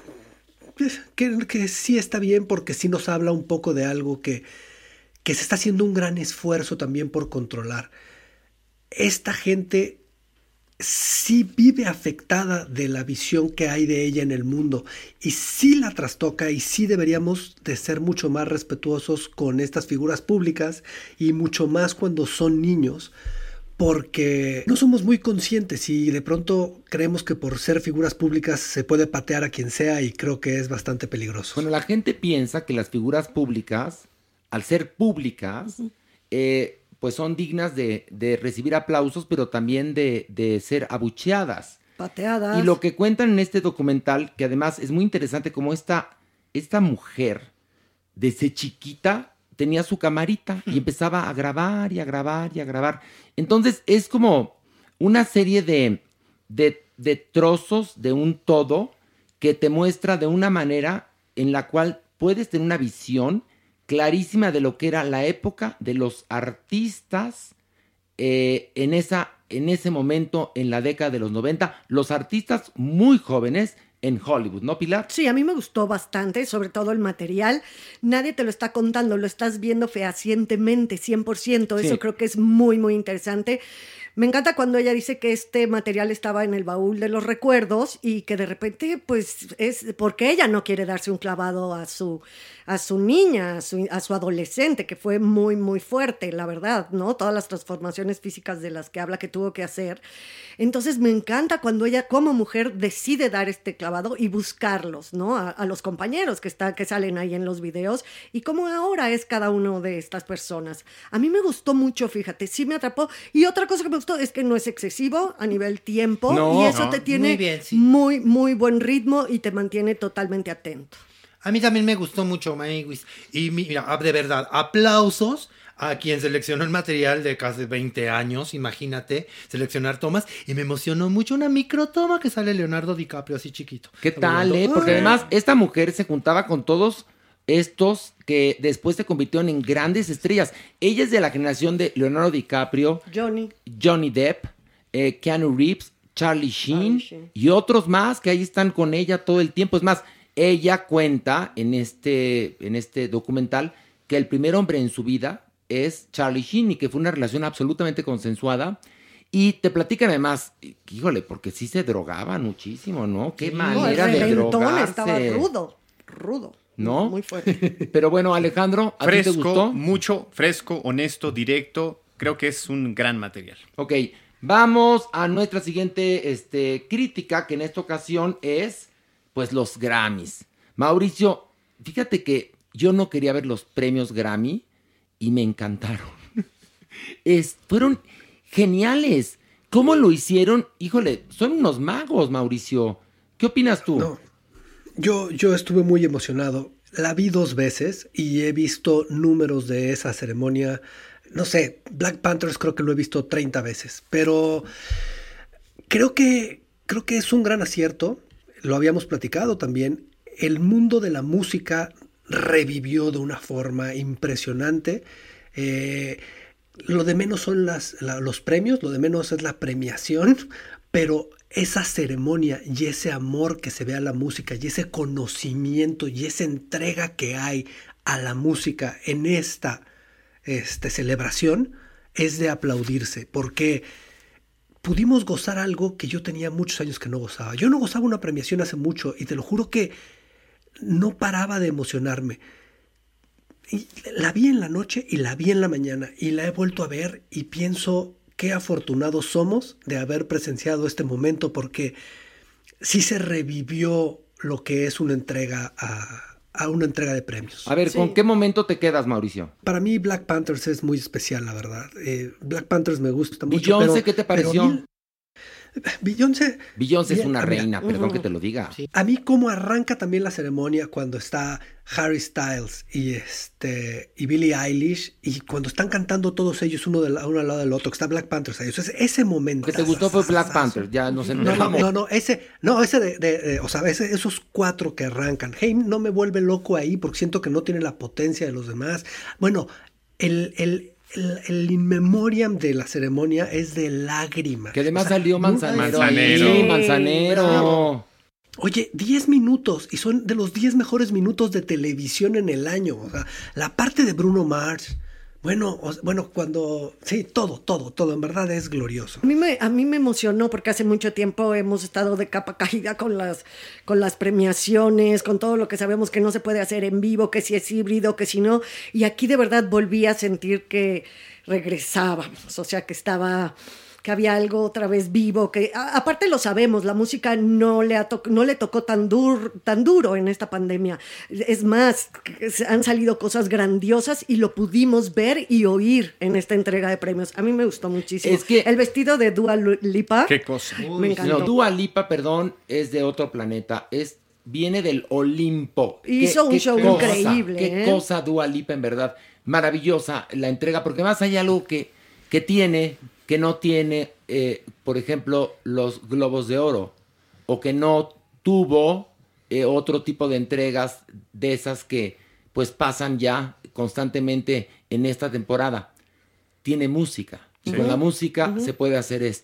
que, que sí está bien, porque sí nos habla un poco de algo que, que se está haciendo un gran esfuerzo también por controlar. Esta gente sí vive afectada de la visión que hay de ella en el mundo y sí la trastoca, y sí deberíamos de ser mucho más respetuosos con estas figuras públicas y mucho más cuando son niños, porque no somos muy conscientes y de pronto creemos que por ser figuras públicas se puede patear a quien sea, y creo que es bastante peligroso. Bueno, la gente piensa que las figuras públicas, al ser públicas, eh, pues son dignas de, de recibir aplausos, pero también de, de ser abucheadas. Pateadas. Y lo que cuentan en este documental, que además es muy interesante, como esta, esta mujer, desde chiquita, tenía su camarita y empezaba a grabar y a grabar y a grabar. Entonces es como una serie de, de, de trozos de un todo que te muestra de una manera en la cual puedes tener una visión clarísima de lo que era la época de los artistas eh, en, esa, en ese momento, en la década de los noventa, los artistas muy jóvenes en Hollywood, ¿no, Pilar? Sí, a mí me gustó bastante, sobre todo el material. Nadie te lo está contando, lo estás viendo fehacientemente, cien por ciento. Eso Sí. creo que es muy, muy interesante. Me encanta cuando ella dice que este material estaba en el baúl de los recuerdos y que de repente, pues, es porque ella no quiere darse un clavado a su, a su niña, a su, a su adolescente, que fue muy, muy fuerte, la verdad, ¿no? Todas las transformaciones físicas de las que habla que tuvo que hacer. Entonces me encanta cuando ella como mujer decide dar este clavado y buscarlos, ¿no? A, a los compañeros que, está, que salen ahí en los videos y cómo ahora es cada uno de estas personas. A mí me gustó mucho, fíjate, sí me atrapó. Y otra cosa que me gustó es que no es excesivo a nivel tiempo No, y eso no. te tiene Muy bien, sí. muy, muy buen ritmo y te mantiene totalmente atento. A mí también me gustó mucho Maniguis. Y mira, de verdad, aplausos a quien seleccionó el material de casi veinte años, imagínate, seleccionar tomas. Y me emocionó mucho una microtoma que sale Leonardo DiCaprio así chiquito. ¿Qué tal, eh? Porque además esta mujer se juntaba con todos estos que después se convirtieron en grandes estrellas. Ella es de la generación de Leonardo DiCaprio, Johnny. Johnny Depp, eh, Keanu Reeves, Charlie Sheen, Charlie Sheen. y otros más que ahí están con ella todo el tiempo. Es más, ella cuenta en este, en este documental que el primer hombre en su vida es Charlie Sheen y que fue una relación absolutamente consensuada. Y te platican además, híjole, porque sí se drogaban muchísimo, ¿no? Qué No, el manera de reventón drogarse. estaba rudo, rudo. ¿No? Muy fuerte. Pero bueno, Alejandro, ¿a ti te Fresco, gustó? mucho, fresco, honesto, directo. Creo que es un gran material. Ok, vamos a nuestra siguiente este, crítica, que en esta ocasión es, pues, los Grammys. Mauricio, fíjate que yo no quería ver los premios Grammy y me encantaron. Es, fueron geniales. ¿Cómo lo hicieron? Híjole, son unos magos, Mauricio. ¿Qué opinas tú? No, yo, yo estuve muy emocionado. La vi dos veces y he visto números de esa ceremonia. No sé, Black Panthers creo que lo he visto treinta veces, pero creo que, creo que es un gran acierto. Lo habíamos platicado también. El mundo de la música revivió de una forma impresionante. Eh, lo de menos son las, la, los premios, lo de menos es la premiación, pero esa ceremonia y ese amor que se ve a la música y ese conocimiento y esa entrega que hay a la música en esta este, celebración es de aplaudirse, porque pudimos gozar algo que yo tenía muchos años que no gozaba. Yo no gozaba una premiación hace mucho y te lo juro que no paraba de emocionarme. Y la vi en la noche y la vi en la mañana y la he vuelto a ver y pienso qué afortunados somos de haber presenciado este momento, porque sí se revivió lo que es una entrega a, a una entrega de premios. A ver, ¿con Sí. qué momento te quedas, Mauricio? Para mí Black Panthers es muy especial, la verdad. Eh, Black Panthers me gusta mucho. Beyoncé, pero- ¿qué te pero pareció? a mí- Beyoncé, Beyoncé es Bien, una ah, mira, reina, perdón ujú. que te lo diga. Sí. a mí cómo arranca también la ceremonia cuando está Harry Styles y este y Billie Eilish y cuando están cantando todos ellos uno, de la- uno al lado del otro, que está Black Panthers ahí. Entonces, ese momento. Lo que te gustó fue Black Panther, ya nos No, no, enteramos. no, no, ese, no, ese de, de- de- o sea, ese- esos cuatro que arrancan. Haim no me vuelve loco ahí porque siento que no tiene la potencia de los demás. Bueno, el, el, el, el in memoriam de la ceremonia es de lágrimas. Que además O sea, salió nunca- Manzanero. Manzanero. Sí, Sí, Manzanero. bravo. Oye, diez minutos y son de los diez mejores minutos de televisión en el año. O sea, la parte de Bruno Mars, bueno, o- bueno, cuando, sí, todo, todo, todo, en verdad es glorioso. A mí, me, a mí me emocionó porque hace mucho tiempo hemos estado de capa caída con las, con las premiaciones, con todo lo que sabemos que no se puede hacer en vivo, que si es híbrido, que si no. Y aquí de verdad volví a sentir que regresábamos, o sea, que estaba... que había algo otra vez vivo, que a- aparte lo sabemos, la música no le, ha to- no le tocó tan, dur- tan duro en esta pandemia. Es más, que se- han salido cosas grandiosas y lo pudimos ver y oír en esta entrega de premios. A mí me gustó muchísimo. Es que- El vestido de Dua Lipa Qué cosa. me encantó. No, Dua Lipa, perdón, es de otro planeta. Es, viene del Olimpo. Hizo un show increíble, Qué ¿eh? cosa Dua Lipa, en verdad. Maravillosa la entrega, porque además hay algo que, que tiene, que no tiene, eh, por ejemplo, los Globos de Oro, o que no tuvo eh, otro tipo de entregas de esas que pues pasan ya constantemente en esta temporada. Tiene música. Y con la música se puede hacer esto.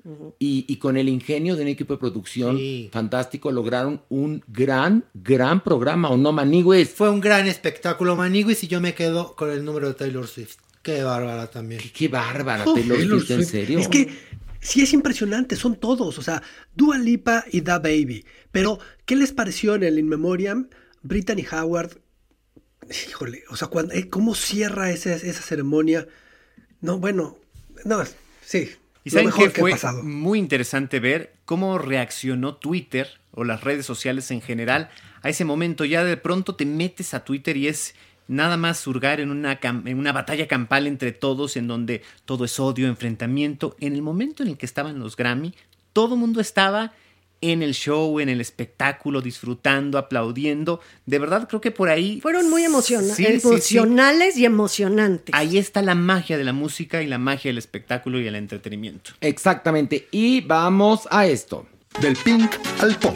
Uh-huh. Y, y con el ingenio de un equipo de producción sí. fantástico lograron un gran, gran programa, ¿o no, Maniguis? Fue un gran espectáculo, Maniguis, y yo me quedo con el número de Taylor Swift. Qué bárbara también. Qué, qué bárbara, uh, Taylor, Taylor Swift, ¿en serio? Es que sí es impresionante, son todos, o sea, Dua Lipa y Da Baby. Pero, ¿qué les pareció en el In Memoriam? Brittany Howard, híjole, o sea, cuando, eh, ¿cómo cierra esa, esa ceremonia? No, bueno, no, sí. ¿Y saben qué fue muy interesante ver cómo reaccionó Twitter o las redes sociales en general a ese momento? Ya de pronto te metes a Twitter y es nada más surgar en una, en una batalla campal entre todos, en donde todo es odio, enfrentamiento. En el momento en el que estaban los Grammy, todo el mundo estaba en el show, en el espectáculo, disfrutando, aplaudiendo. De verdad, creo que por ahí... Fueron muy emociona- sí, emocionales sí, sí. y emocionantes. Ahí está la magia de la música y la magia del espectáculo y el entretenimiento. Exactamente. Y vamos a esto. Del pink al punk.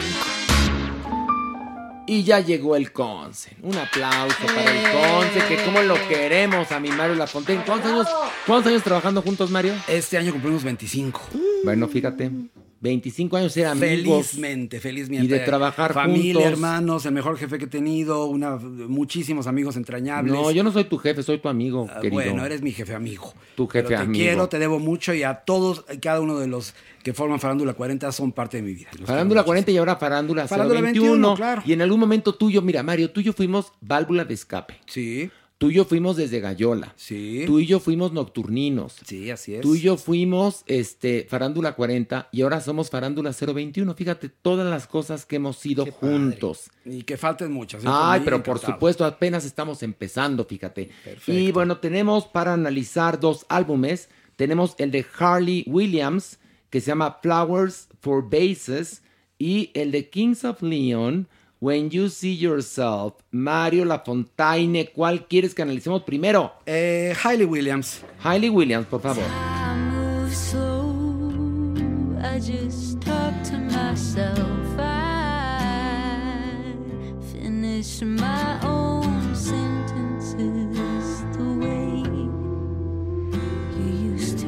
Y ya llegó el Consen. Un aplauso para el Consen, que como lo queremos a mi Mario Lafontaine. ¿Cuántos años, ¿Cuántos años trabajando juntos, Mario? Este año cumplimos veinticinco. Bueno, fíjate. veinticinco años era amigos. Felizmente, felizmente. Y de trabajar Familia, juntos. hermanos, el mejor jefe que he tenido, una, muchísimos amigos entrañables. No, yo no soy tu jefe, soy tu amigo, uh, querido. Bueno, eres mi jefe amigo. Tu jefe Pero te amigo. Te quiero, te debo mucho y a todos, cada uno de los que forman Farándula cuarenta son parte de mi vida. Farándula cuarenta y ahora Farándula, Farándula cero veintiuno. veintiuno, claro. Y en algún momento tuyo, mira, Mario, tú y yo fuimos válvula de escape. Sí. Tú y yo fuimos desde Gallola. Sí. Tú y yo fuimos nocturninos. Sí, así es. Tú y yo fuimos este, Farándula cuarenta y ahora somos Farándula cero veintiuno. Fíjate todas las cosas que hemos sido Qué juntos. Padre. Y que falten muchas. Ay, pero encantado. Por supuesto, apenas estamos empezando, fíjate. Perfecto. Y bueno, tenemos para analizar dos álbumes. Tenemos el de Harley Williams, que se llama Flowers for Vases, y el de Kings of Leon, When You See Yourself. Mario Lafontaine, ¿cuál quieres que analicemos primero? Eh, Hayley Williams. Hayley Williams, por favor. I move slow, I just talk to myself. I finish my own sentences the way you used to.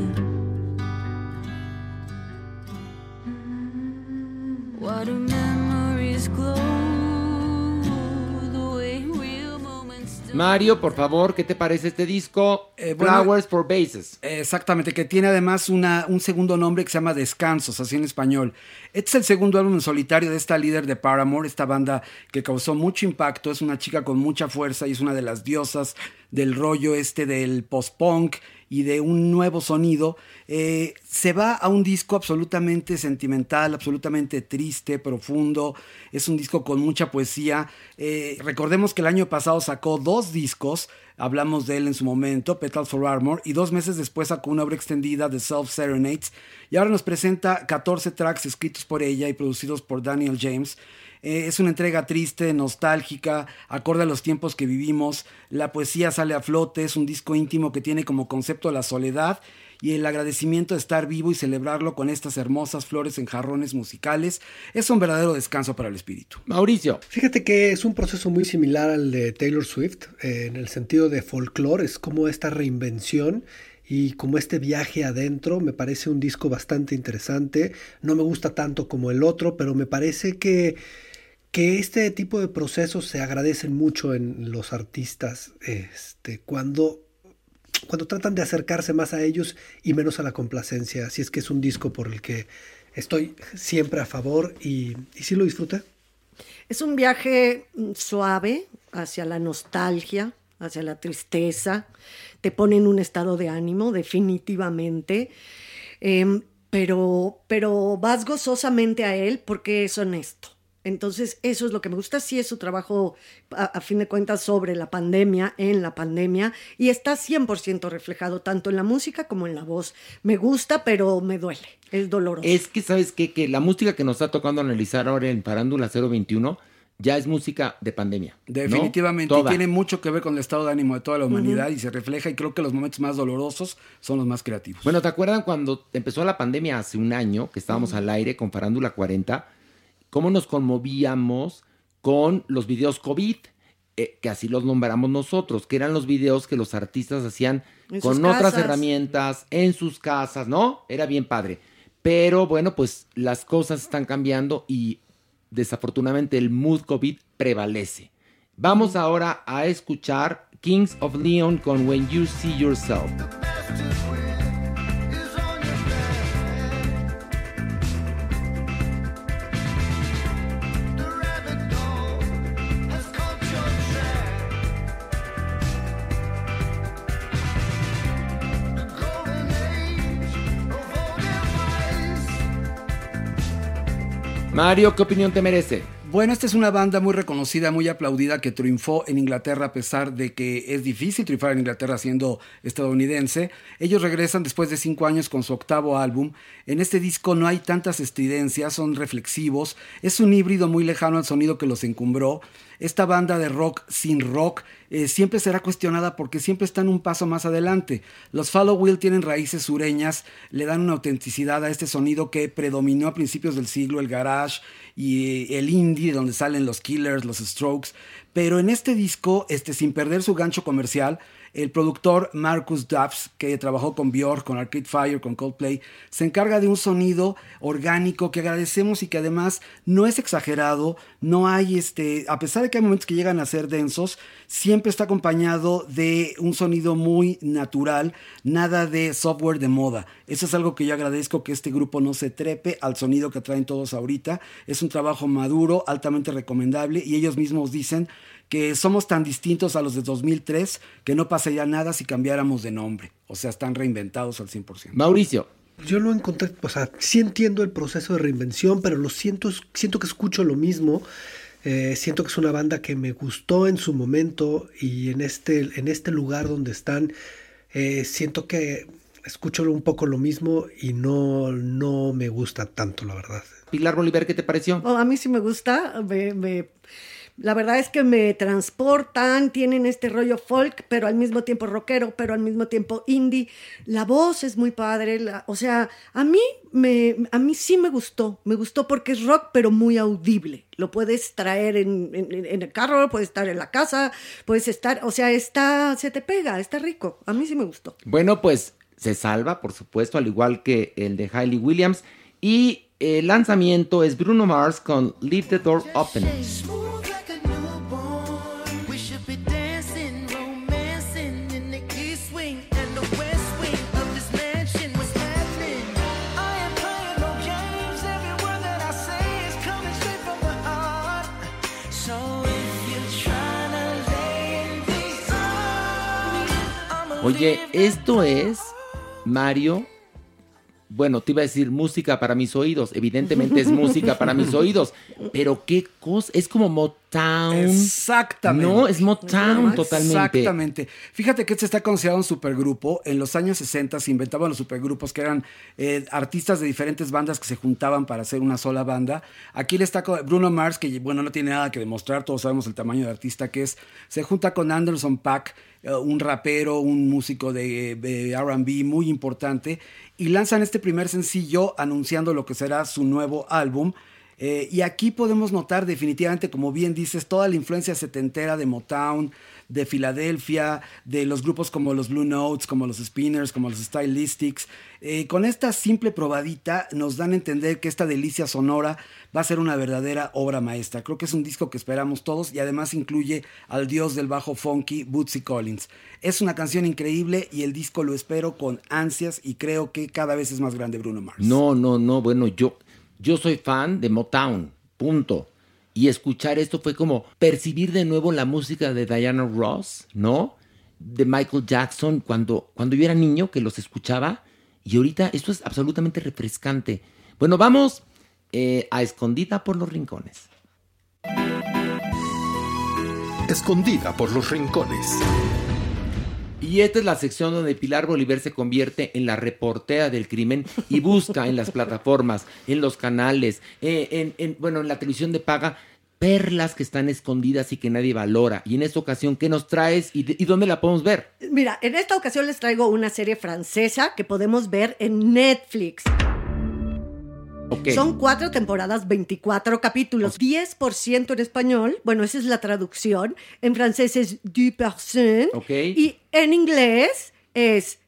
What do memories glow? Mario, por favor, ¿qué te parece este disco? Eh, bueno, Flowers for Vases. Exactamente, que tiene además una, un segundo nombre que se llama Descansos, así en español. Este es el segundo álbum en solitario de esta líder de Paramore, esta banda que causó mucho impacto. Es una chica con mucha fuerza y es una de las diosas del rollo este del post-punk y de un nuevo sonido. Eh, se va a un disco absolutamente sentimental, absolutamente triste, profundo. Es un disco con mucha poesía. Eh, recordemos que el año pasado sacó dos discos. Hablamos de él en su momento, Petals for Armor, y dos meses después sacó una obra extendida de Self Serenades. Y ahora nos presenta catorce tracks escritos por ella y producidos por Daniel James. Eh, es una entrega triste, nostálgica, acorde a los tiempos que vivimos. La poesía sale a flote, es un disco íntimo que tiene como concepto la soledad y el agradecimiento de estar vivo y celebrarlo con estas hermosas flores en jarrones musicales. Es un verdadero descanso para el espíritu. Mauricio. Fíjate que es un proceso muy similar al de Taylor Swift, eh, en el sentido de folclore, es como esta reinvención y como este viaje adentro. Me parece un disco bastante interesante. No me gusta tanto como el otro, pero me parece que que este tipo de procesos se agradecen mucho en los artistas este, cuando, cuando tratan de acercarse más a ellos y menos a la complacencia. Así es que es un disco por el que estoy siempre a favor y, y sí lo disfruté. Es un viaje suave hacia la nostalgia, hacia la tristeza. Te pone en un estado de ánimo, definitivamente. Eh, pero, pero vas gozosamente a él porque es honesto. Entonces, eso es lo que me gusta. Sí es su trabajo, a, a fin de cuentas, sobre la pandemia, en la pandemia, y está cien por ciento reflejado tanto en la música como en la voz. Me gusta, pero me duele, es doloroso. Es que, ¿sabes qué? Que la música que nos está tocando analizar ahora en Farándula cero veintiuno ya es música de pandemia. Definitivamente, ¿no? y tiene mucho que ver con el estado de ánimo de toda la humanidad, uh-huh. y se refleja, y creo que los momentos más dolorosos son los más creativos. Bueno, ¿te acuerdan cuando empezó la pandemia hace un año, que estábamos uh-huh. al aire con Farándula cuarenta? Cómo nos conmovíamos con los videos COVID, eh, que así los nombramos nosotros, que eran los videos que los artistas hacían con otras herramientas, en sus casas, ¿no? Era bien padre. Pero bueno, pues las cosas están cambiando y desafortunadamente el mood COVID prevalece. Vamos ahora a escuchar Kings of Leon con When You See Yourself. Mario, ¿qué opinión te merece? Bueno, esta es una banda muy reconocida, muy aplaudida, que triunfó en Inglaterra a pesar de que es difícil triunfar en Inglaterra siendo estadounidense. Ellos regresan después de cinco años con su octavo álbum. En este disco no hay tantas estridencias, son reflexivos. Es un híbrido muy lejano al sonido que los encumbró. Esta banda de rock sin rock eh, siempre será cuestionada porque siempre están un paso más adelante. Los Follow Will tienen raíces sureñas, le dan una autenticidad a este sonido que predominó a principios del siglo, el garage y el indie, donde salen los Killers, los Strokes. Pero en este disco, este, sin perder su gancho comercial, el productor Marcus Duffs, que trabajó con Björk, con Arcade Fire, con Coldplay, se encarga de un sonido orgánico que agradecemos y que además no es exagerado, no hay, este, a pesar de que hay momentos que llegan a ser densos, siempre está acompañado de un sonido muy natural, nada de software de moda. Eso es algo que yo agradezco, que este grupo no se trepe al sonido que traen todos ahorita. Es un trabajo maduro, altamente recomendable, y ellos mismos dicen que somos tan distintos a los de dos mil tres que no pasaría nada si cambiáramos de nombre. O sea, están reinventados al cien por ciento. Mauricio. Yo lo encontré, o sea, sí entiendo el proceso de reinvención, pero lo siento, siento que escucho lo mismo. Eh, siento que es una banda que me gustó en su momento y en este, en este lugar donde están, eh, siento que escucho un poco lo mismo y no, no me gusta tanto, la verdad. Pilar Bolívar, ¿qué te pareció? Oh, a mí sí me gusta, me... me... La verdad es que me transportan, tienen este rollo folk, pero al mismo tiempo rockero, pero al mismo tiempo indie. La voz es muy padre, la, o sea, a mí, me, a mí sí me gustó, me gustó porque es rock, pero muy audible. Lo puedes traer en, en, en el carro, puedes estar en la casa, puedes estar, o sea, está, se te pega, está rico. A mí sí me gustó. Bueno, pues se salva, por supuesto, al igual que el de Hayley Williams. Y el lanzamiento es Bruno Mars con Leave the Door Open. Oye, esto es, Mario, bueno, te iba a decir música para mis oídos, evidentemente es música para mis oídos, pero qué cosa, es como Motown. Exactamente. No, es Motown totalmente. Exactamente. Fíjate que este está considerado un supergrupo. En los años sesenta se inventaban los supergrupos, que eran eh, artistas de diferentes bandas que se juntaban para hacer una sola banda. Aquí le está Bruno Mars, que bueno, no tiene nada que demostrar, todos sabemos el tamaño de artista que es. Se junta con Anderson .Paak, un rapero, un músico de, de R and B muy importante, y lanzan este primer sencillo anunciando lo que será su nuevo álbum. Eh, y aquí podemos notar definitivamente, como bien dices, toda la influencia setentera de Motown, de Filadelfia, de los grupos como los Blue Notes, como los Spinners, como los Stylistics. Eh, con esta simple probadita nos dan a entender que esta delicia sonora va a ser una verdadera obra maestra. Creo que es un disco que esperamos todos y además incluye al dios del bajo funky, Bootsy Collins. Es una canción increíble y el disco lo espero con ansias y creo que cada vez es más grande Bruno Mars. No, no, no, bueno, yo, yo soy fan de Motown, punto. Y escuchar esto fue como percibir de nuevo la música de Diana Ross, ¿no? De Michael Jackson, cuando, cuando yo era niño que los escuchaba. Y ahorita esto es absolutamente refrescante. Bueno, vamos eh, a Escondida por los Rincones. Escondida por los Rincones. Y esta es la sección donde Pilar Bolívar se convierte en la reportera del crimen y busca en las plataformas, en los canales, eh, en, en, bueno, en la televisión de paga, perlas que están escondidas y que nadie valora. Y en esta ocasión, ¿qué nos traes y, de, y dónde la podemos ver? Mira, en esta ocasión les traigo una serie francesa que podemos ver en Netflix. Okay. Son cuatro temporadas, veinticuatro capítulos, diez por ciento en español, bueno, esa es la traducción, en francés es dix pour cent, okay. Y en inglés es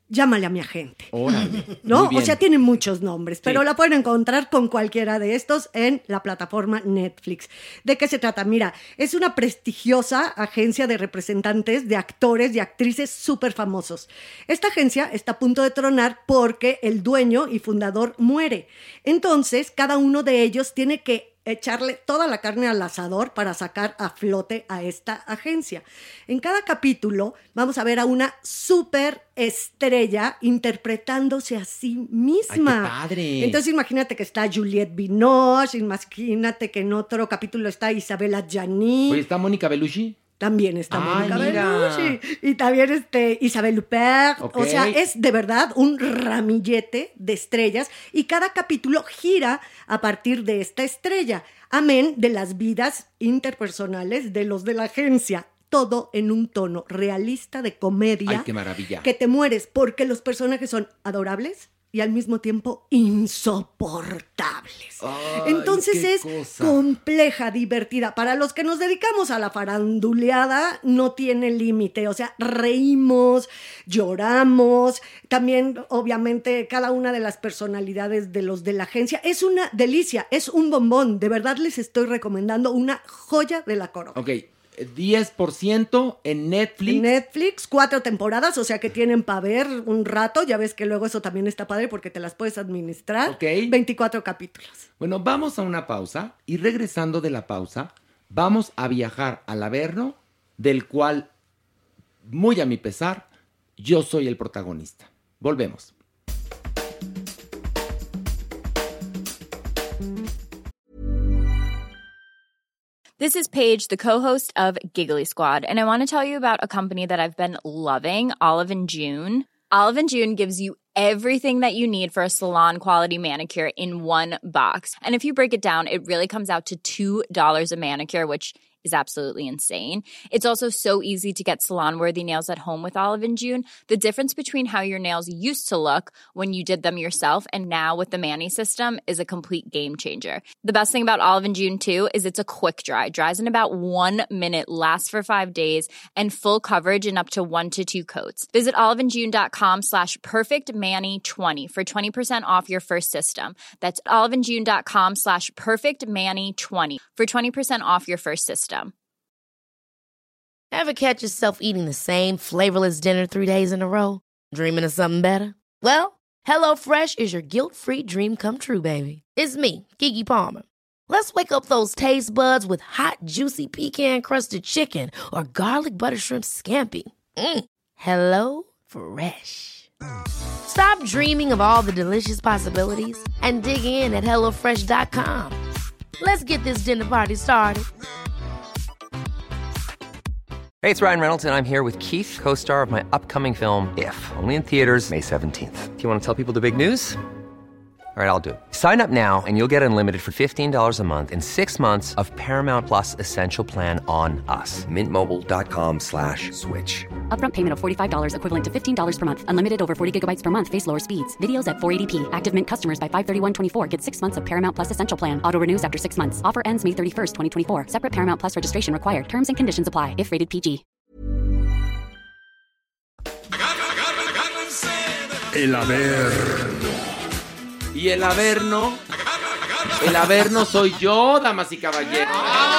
Llámale a mi agente. Órale. ¿No? Muy bien. O sea, tiene muchos nombres, pero Sí. la pueden encontrar con cualquiera de estos en la plataforma Netflix. ¿De qué se trata? Mira, es una prestigiosa agencia de representantes de actores y actrices súper famosos. Esta agencia está a punto de tronar porque el dueño y fundador muere. Entonces, cada uno de ellos tiene que echarle toda la carne al asador para sacar a flote a esta agencia. En cada capítulo vamos a ver a una súper estrella interpretándose a sí misma. Ay, qué padre. Entonces imagínate que está Juliette Binoche, imagínate que en otro capítulo está Isabella Gianni. Oye, ¿está Mónica Bellucci? También está Ay, Mónica mira. Bellucci. Y también este, Isabelle Huppert. Ok. O sea, es de verdad un ramillete de estrellas. Y cada capítulo gira a partir de esta estrella. Amén de las vidas interpersonales de los de la agencia. Todo en un tono realista de comedia. Ay, qué maravilla. Que te mueres porque los personajes son adorables y al mismo tiempo insoportables. Ay, Entonces qué es cosa. compleja, divertida. Para los que nos dedicamos a la faranduleada, no tiene límite. O sea, reímos, lloramos. También, obviamente, cada una de las personalidades de los de la agencia es una delicia, es un bombón. De verdad les estoy recomendando una joya de la corona. Ok, diez por ciento en Netflix. En Netflix, cuatro temporadas, o sea que tienen para ver un rato. Ya ves que luego eso también está padre porque te las puedes administrar. Ok. veinticuatro capítulos. Bueno, vamos a una pausa y regresando de la pausa, vamos a viajar al Averno, del cual, muy a mi pesar, yo soy el protagonista. Volvemos. This is Paige, the co-host of Giggly Squad, and I want to tell you about a company that I've been loving, Olive and June. Olive and June gives you everything that you need for a salon-quality manicure in one box. And if you break it down, it really comes out to two dollars a manicure, which is absolutely insane. It's also so easy to get salon-worthy nails at home with Olive and June. The difference between how your nails used to look when you did them yourself and now with the Mani system is a complete game changer. The best thing about Olive and June, too, is it's a quick dry. Dries in about one minute, lasts for five days, and full coverage in up to one to two coats. Visit oliveandjune.com slash perfectmani20 for twenty percent off your first system. That's oliveandjune.com slash perfectmani20 for twenty percent off your first system. Ever catch yourself eating the same flavorless dinner three days in a row? Dreaming of something better? Well, HelloFresh is your guilt-free dream come true, baby. It's me, Keke Palmer. Let's wake up those taste buds with hot, juicy pecan-crusted chicken or garlic butter shrimp scampi. Mm. Hello Fresh. Stop dreaming of all the delicious possibilities and dig in at hello fresh dot com. Let's get this dinner party started. Hey, it's Ryan Reynolds, and I'm here with Keith, co-star of my upcoming film, If, only in theaters May seventeenth. Do you want to tell people the big news? All right, I'll do it. Sign up now and you'll get unlimited for fifteen dollars a month and six months of Paramount Plus Essential Plan on us. Mint Mobile dot com slash switch. Upfront payment of forty-five dollars equivalent to fifteen dollars per month. Unlimited over forty gigabytes per month. Face lower speeds. Videos at four eighty p. Active Mint customers by five thirty-one twenty-four get six months of Paramount Plus Essential Plan. Auto renews after six months. Offer ends May thirty-first, twenty twenty-four. Separate Paramount Plus registration required. Terms and conditions apply if rated P G. El Averno. Y el Averno, el Averno soy yo, damas y caballeros.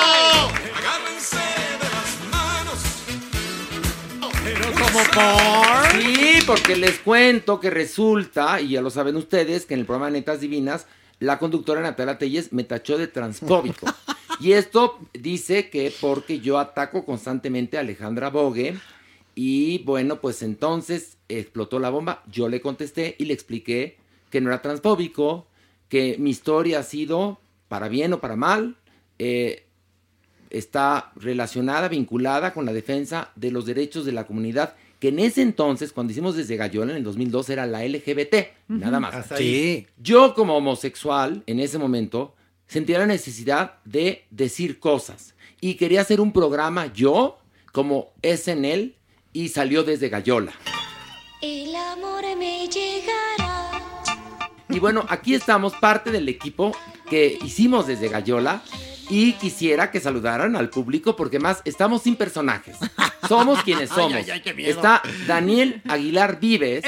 Pero como por... Sí, porque les cuento que resulta, y ya lo saben ustedes, que en el programa Netas Divinas, la conductora Natalia Telles me tachó de transfóbico. Y esto dice que porque yo ataco constantemente a Alejandra Bogue. Y bueno, pues entonces explotó la bomba. Yo le contesté y le expliqué que no era transfóbico, que mi historia ha sido, para bien o para mal, eh, está relacionada, vinculada con la defensa de los derechos de la comunidad, que en ese entonces, cuando hicimos Desde Gallola, en el dos mil dos, era la L G B T, uh-huh. Nada más. Hasta ahí. Yo, como homosexual, en ese momento, sentía la necesidad de decir cosas. Y quería hacer un programa, yo, como S N L, y salió Desde Gallola. El amor me llegará. Y bueno, aquí estamos, parte del equipo que hicimos Desde Gallola. Y quisiera que saludaran al público porque más estamos sin personajes. Somos quienes somos. Ay, ay, ay, qué miedo. Está Daniel Aguilar Vives.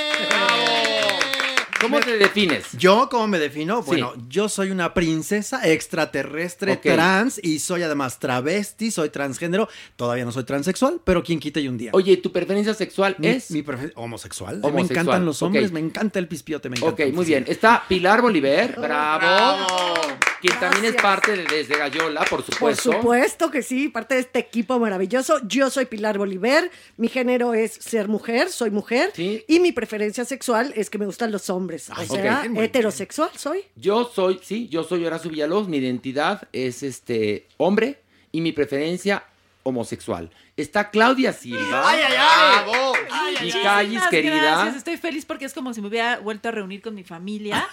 ¿Cómo te defines? ¿Yo cómo me defino? Sí. Bueno, yo soy una princesa extraterrestre Ok. trans y soy además travesti, soy transgénero. Todavía no soy transexual, pero quien quita y un día. Oye, ¿tu preferencia sexual Mi- es? Mi preferencia homosexual. Me Homosexual, encantan los hombres, ok. me encanta el pispiote, me encanta. Ok, el muy bien. físico. Está Pilar Bolívar, bravo. Quien también es Gracias. parte de Desde Gallola, por Por supuesto. supuesto que sí, parte de este equipo maravilloso. Yo soy Pilar Bolívar, mi género es ser mujer, soy mujer, Sí. y mi preferencia sexual es que me gustan los hombres. O Ay, sea, ok, muy heterosexual soy. Yo soy, sí, yo soy Horacio Villalobos, mi identidad es este hombre y mi preferencia homosexual. Está Claudia Silva. ¡Ay, ay, ay! ¡Bravo! Ay, Y ay, ay. Callis, Muchas querida. Gracias, estoy feliz porque es como si me hubiera vuelto a reunir con mi familia.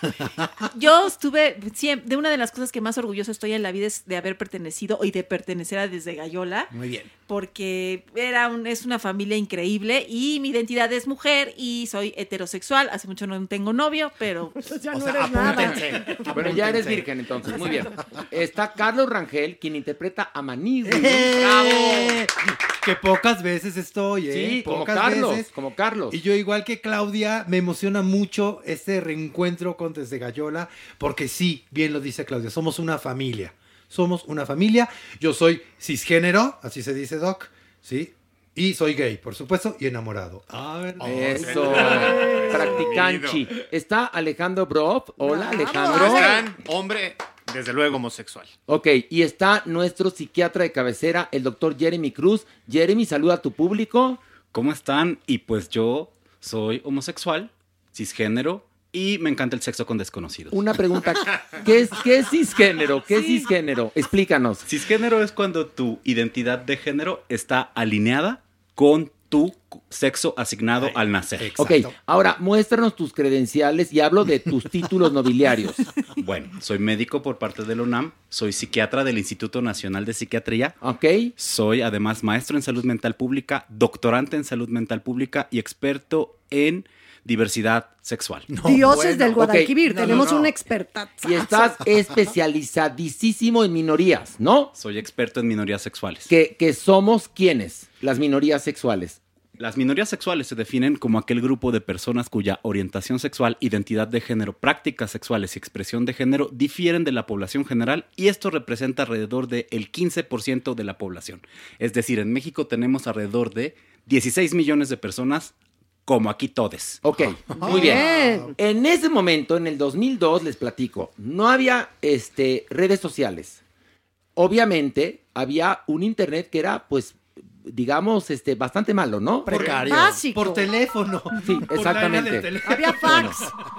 Yo estuve, siempre, de una de las cosas que más orgulloso estoy en la vida es de haber pertenecido y de pertenecer a Desde Gallola. Muy bien. Porque era un, es una familia increíble y mi identidad es mujer y soy heterosexual. Hace mucho no tengo novio, pero Ya O no sea, eres nada. apúntense. Bueno, ya eres Apúntense. virgen entonces, muy bien. Está Carlos Rangel, quien interpreta a Manigui. ¡Eh! ¡Bravo! Que pocas veces estoy, ¿eh? Sí, como Pocas Carlos, veces. como Carlos. Y yo, igual que Claudia, me emociona mucho este reencuentro con Desde Gallola, porque sí, bien lo dice Claudia, somos una familia. Somos una familia. Yo soy cisgénero, así se dice, Doc, ¿sí? Y soy gay, por supuesto, y enamorado. A ver. Eso, practicanchi. Está Alejandro Broff. Hola, Alejandro. Gran hombre, desde luego homosexual. Ok, y está nuestro psiquiatra de cabecera, el doctor Jeremy Cruz. Jeremy, saluda a tu público. ¿Cómo están? Y pues yo soy homosexual, cisgénero y me encanta el sexo con desconocidos. Una pregunta, ¿qué es, qué es cisgénero? ¿Qué es cisgénero? Explícanos. Cisgénero es cuando tu identidad de género está alineada con tu sexo asignado Ay, al nacer. exacto. Ok, ahora muéstranos tus credenciales y hablo de tus títulos nobiliarios. Bueno, soy médico por parte de la UNAM, soy psiquiatra del Instituto Nacional de Psiquiatría, Ok, soy además maestro en salud mental pública, doctorante en salud mental pública y experto en diversidad sexual. Dioses bueno. del Ok. Guadalquivir, No, no, tenemos no. una experta. y estás especializadísimo en minorías, ¿no? Soy experto en minorías sexuales. Que, que somos ¿quiénes? Las minorías sexuales. Las minorías sexuales se definen como aquel grupo de personas cuya orientación sexual, identidad de género, prácticas sexuales y expresión de género difieren de la población general y esto representa alrededor del quince por ciento de la población. Es decir, en México tenemos alrededor de dieciséis millones de personas como aquí todes. Ok, muy bien. En ese momento, en el dos mil dos, les platico, no había este, redes sociales. Obviamente, había un internet que era, pues, digamos, este, bastante malo, ¿no? Precario. Básico. Por teléfono. Sí, Por la era exactamente. del teléfono. Había fax.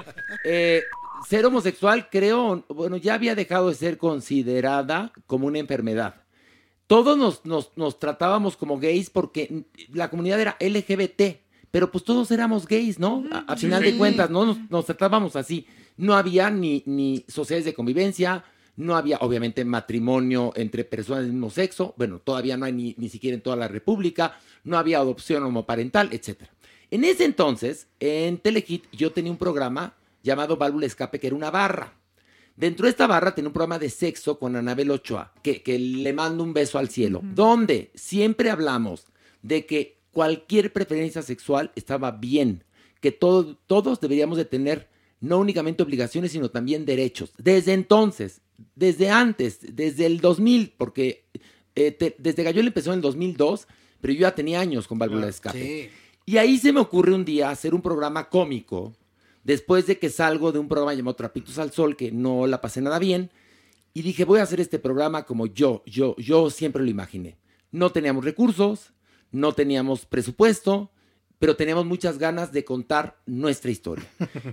Eh, ser homosexual, creo, bueno, ya había dejado de ser considerada como una enfermedad. Todos nos, nos, nos tratábamos como gays porque la comunidad era L G B T, pero pues todos éramos gays, ¿no? A, a final de cuentas, ¿no? Nos, nos tratábamos así. No había ni, ni sociedades de convivencia, no había, obviamente, matrimonio entre personas del mismo sexo. Bueno, todavía no hay ni, ni siquiera en toda la República. No había adopción homoparental, etcétera. En ese entonces, en Telehit, yo tenía un programa llamado Válvula Escape, que era una barra. Dentro de esta barra tenía un programa de sexo con Anabel Ochoa, que, que le mando un beso al cielo, donde siempre hablamos de que cualquier preferencia sexual estaba bien, que todo, todos deberíamos de tener no únicamente obligaciones, sino también derechos. Desde entonces, desde antes, desde el dos mil, porque eh, te, desde Gallola empezó en el dos mil dos, pero yo ya tenía años con Válvula de Escape. Sí. Y ahí se me ocurre un día hacer un programa cómico, después de que salgo de un programa llamado Trapitos al Sol, que no la pasé nada bien, y dije, voy a hacer este programa como yo, yo, yo siempre lo imaginé. No teníamos recursos, no teníamos presupuesto, pero teníamos muchas ganas de contar nuestra historia.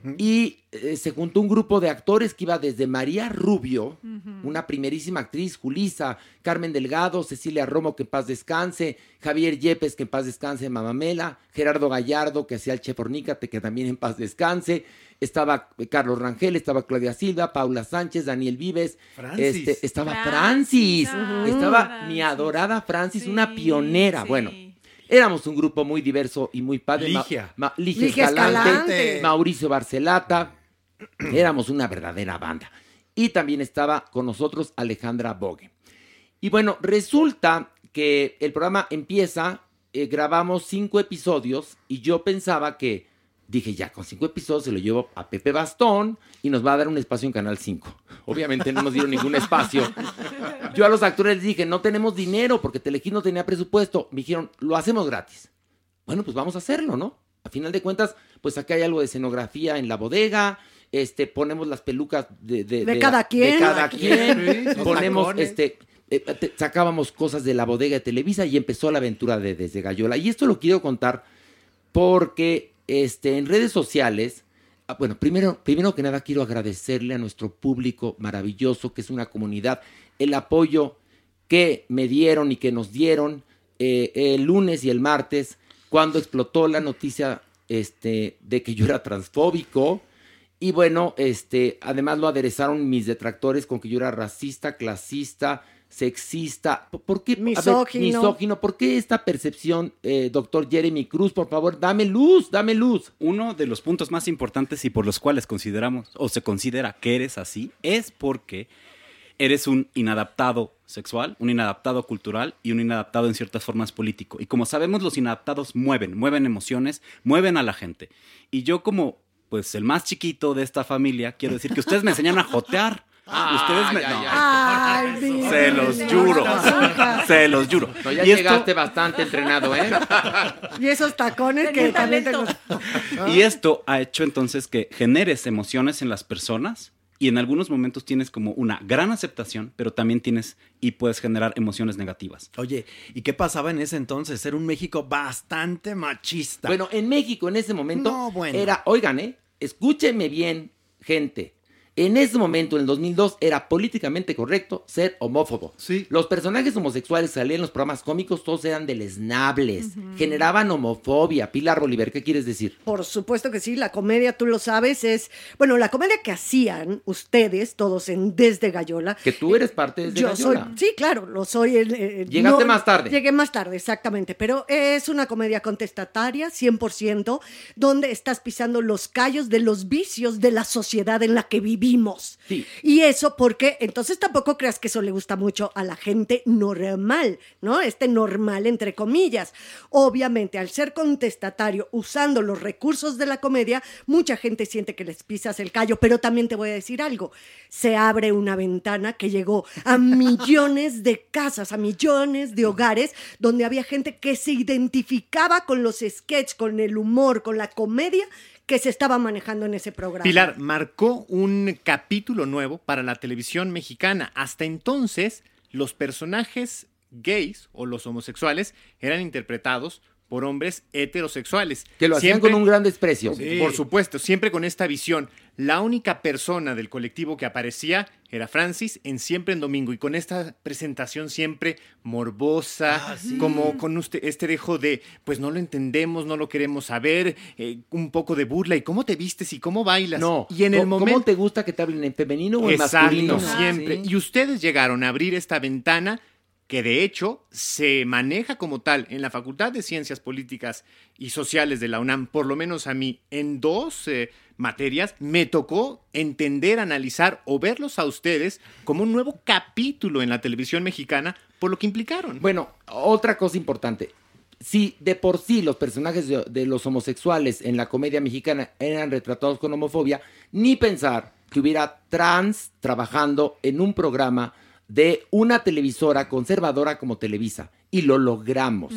Y eh, se juntó un grupo de actores que iba desde María Rubio, uh-huh. una primerísima actriz, Julisa, Carmen Delgado, Cecilia Romo, que en paz descanse, Javier Yepes, que en paz descanse, Mamamela, Gerardo Gallardo, que hacía el Chef Ornícate, que también en paz descanse, estaba Carlos Rangel, estaba Claudia Silva, Paula Sánchez, Daniel Vives, Francis. Este, estaba Francis, Francis, uh-huh. estaba Francis. mi adorada Francis, Sí, una pionera, sí. bueno. Éramos un grupo muy diverso y muy padre. Ligia. Ma- Ma- Ligia, Ligia Escalante, Escalante. Mauricio Barcelata. Éramos una verdadera banda. Y también estaba con nosotros Alejandra Bogue. Y bueno, resulta que el programa empieza eh, grabamos cinco episodios y yo pensaba que, dije, ya, con cinco episodios se lo llevo a Pepe Bastón y nos va a dar un espacio en Canal cinco. Obviamente no nos dieron ningún espacio. Yo a los actores les dije, no tenemos dinero porque Telehit no tenía presupuesto. Me dijeron, lo hacemos gratis. Bueno, pues vamos a hacerlo, ¿no? A final de cuentas, pues acá hay algo de escenografía en la bodega, este, ponemos las pelucas de, de, de, de cada quien. De cada quien. Sí, ponemos, tacones. este, eh, te, sacábamos cosas de la bodega de Televisa y empezó la aventura de Desde Gallola. Y esto lo quiero contar porque este, en redes sociales, bueno, primero, primero que nada quiero agradecerle a nuestro público maravilloso, que es una comunidad, el apoyo que me dieron y que nos dieron eh, el lunes y el martes, cuando explotó la noticia este, de que yo era transfóbico. Y bueno, este, además lo aderezaron mis detractores con que yo era racista, clasista, sexista. ¿Por qué? Misógino. A ver, misógino. ¿Por qué esta percepción, eh, doctor Jeremy Cruz? Por favor, dame luz, dame luz. Uno de los puntos más importantes y por los cuales consideramos o se considera que eres así es porque eres un inadaptado sexual, un inadaptado cultural y un inadaptado en ciertas formas político. Y como sabemos, los inadaptados mueven, mueven emociones, mueven a la gente. Y yo como, pues, el más chiquito de esta familia, quiero decir que ustedes me enseñan a jotear. Ustedes me... No. Ay, sí. Se los juro. Se los juro. No, ya Y esto- llegaste bastante entrenado, ¿eh? Y esos tacones que también tengo. Y esto ha hecho entonces que generes emociones en las personas y en algunos momentos tienes como una gran aceptación, pero también tienes y puedes generar emociones negativas. Oye, ¿y qué pasaba en ese entonces? Era un México bastante machista. Bueno, en México en ese momento No, bueno. era, oigan, ¿eh? Escúchenme bien, gente. En ese momento, en el dos mil dos, era políticamente correcto ser homófobo. Sí. Los personajes homosexuales que salían en los programas cómicos, todos eran deleznables, generaban homofobia. Pilar Bolívar, ¿qué quieres decir? Por supuesto que sí, la comedia, tú lo sabes, es... Bueno, la comedia que hacían ustedes, todos en Desde Gallola... Que tú eres parte de Yo soy, Gallola. sí, claro, lo soy. el, eh, Llegaste más tarde. Llegué más tarde, exactamente. Pero es una comedia contestataria, cien por ciento, donde estás pisando los callos de los vicios de la sociedad en la que vivimos. Sí. Y eso porque, entonces tampoco creas que eso le gusta mucho a la gente normal, ¿no? Este normal, entre comillas. Obviamente, al ser contestatario, usando los recursos de la comedia, mucha gente siente que les pisas el callo, pero también te voy a decir algo. Se abre una ventana que llegó a millones de casas, a millones de hogares, donde había gente que se identificaba con los sketches, con el humor, con la comedia que se estaba manejando en ese programa. Pilar, marcó un capítulo nuevo para la televisión mexicana. Hasta entonces, los personajes gays o los homosexuales eran interpretados por hombres heterosexuales. Que lo hacían con un gran desprecio. Sí. Por supuesto, siempre con esta visión. La única persona del colectivo que aparecía era Francis en Siempre en Domingo, y con esta presentación siempre morbosa, Ah, sí. como con usted, este dejo de, pues no lo entendemos, no lo queremos saber, eh, un poco de burla, y cómo te vistes y cómo bailas. No, y en el ¿cómo- momento... ¿Cómo te gusta que te hablen en femenino o en Exacto, masculino? siempre. Y ustedes llegaron a abrir esta ventana que de hecho se maneja como tal en la Facultad de Ciencias Políticas y Sociales de la UNAM, por lo menos a mí, en dos eh, materias, me tocó entender, analizar o verlos a ustedes como un nuevo capítulo en la televisión mexicana por lo que implicaron. Bueno, otra cosa importante. Si de por sí los personajes de, de los homosexuales en la comedia mexicana eran retratados con homofobia, ni pensar que hubiera trans trabajando en un programa de una televisora conservadora como Televisa. Y lo logramos.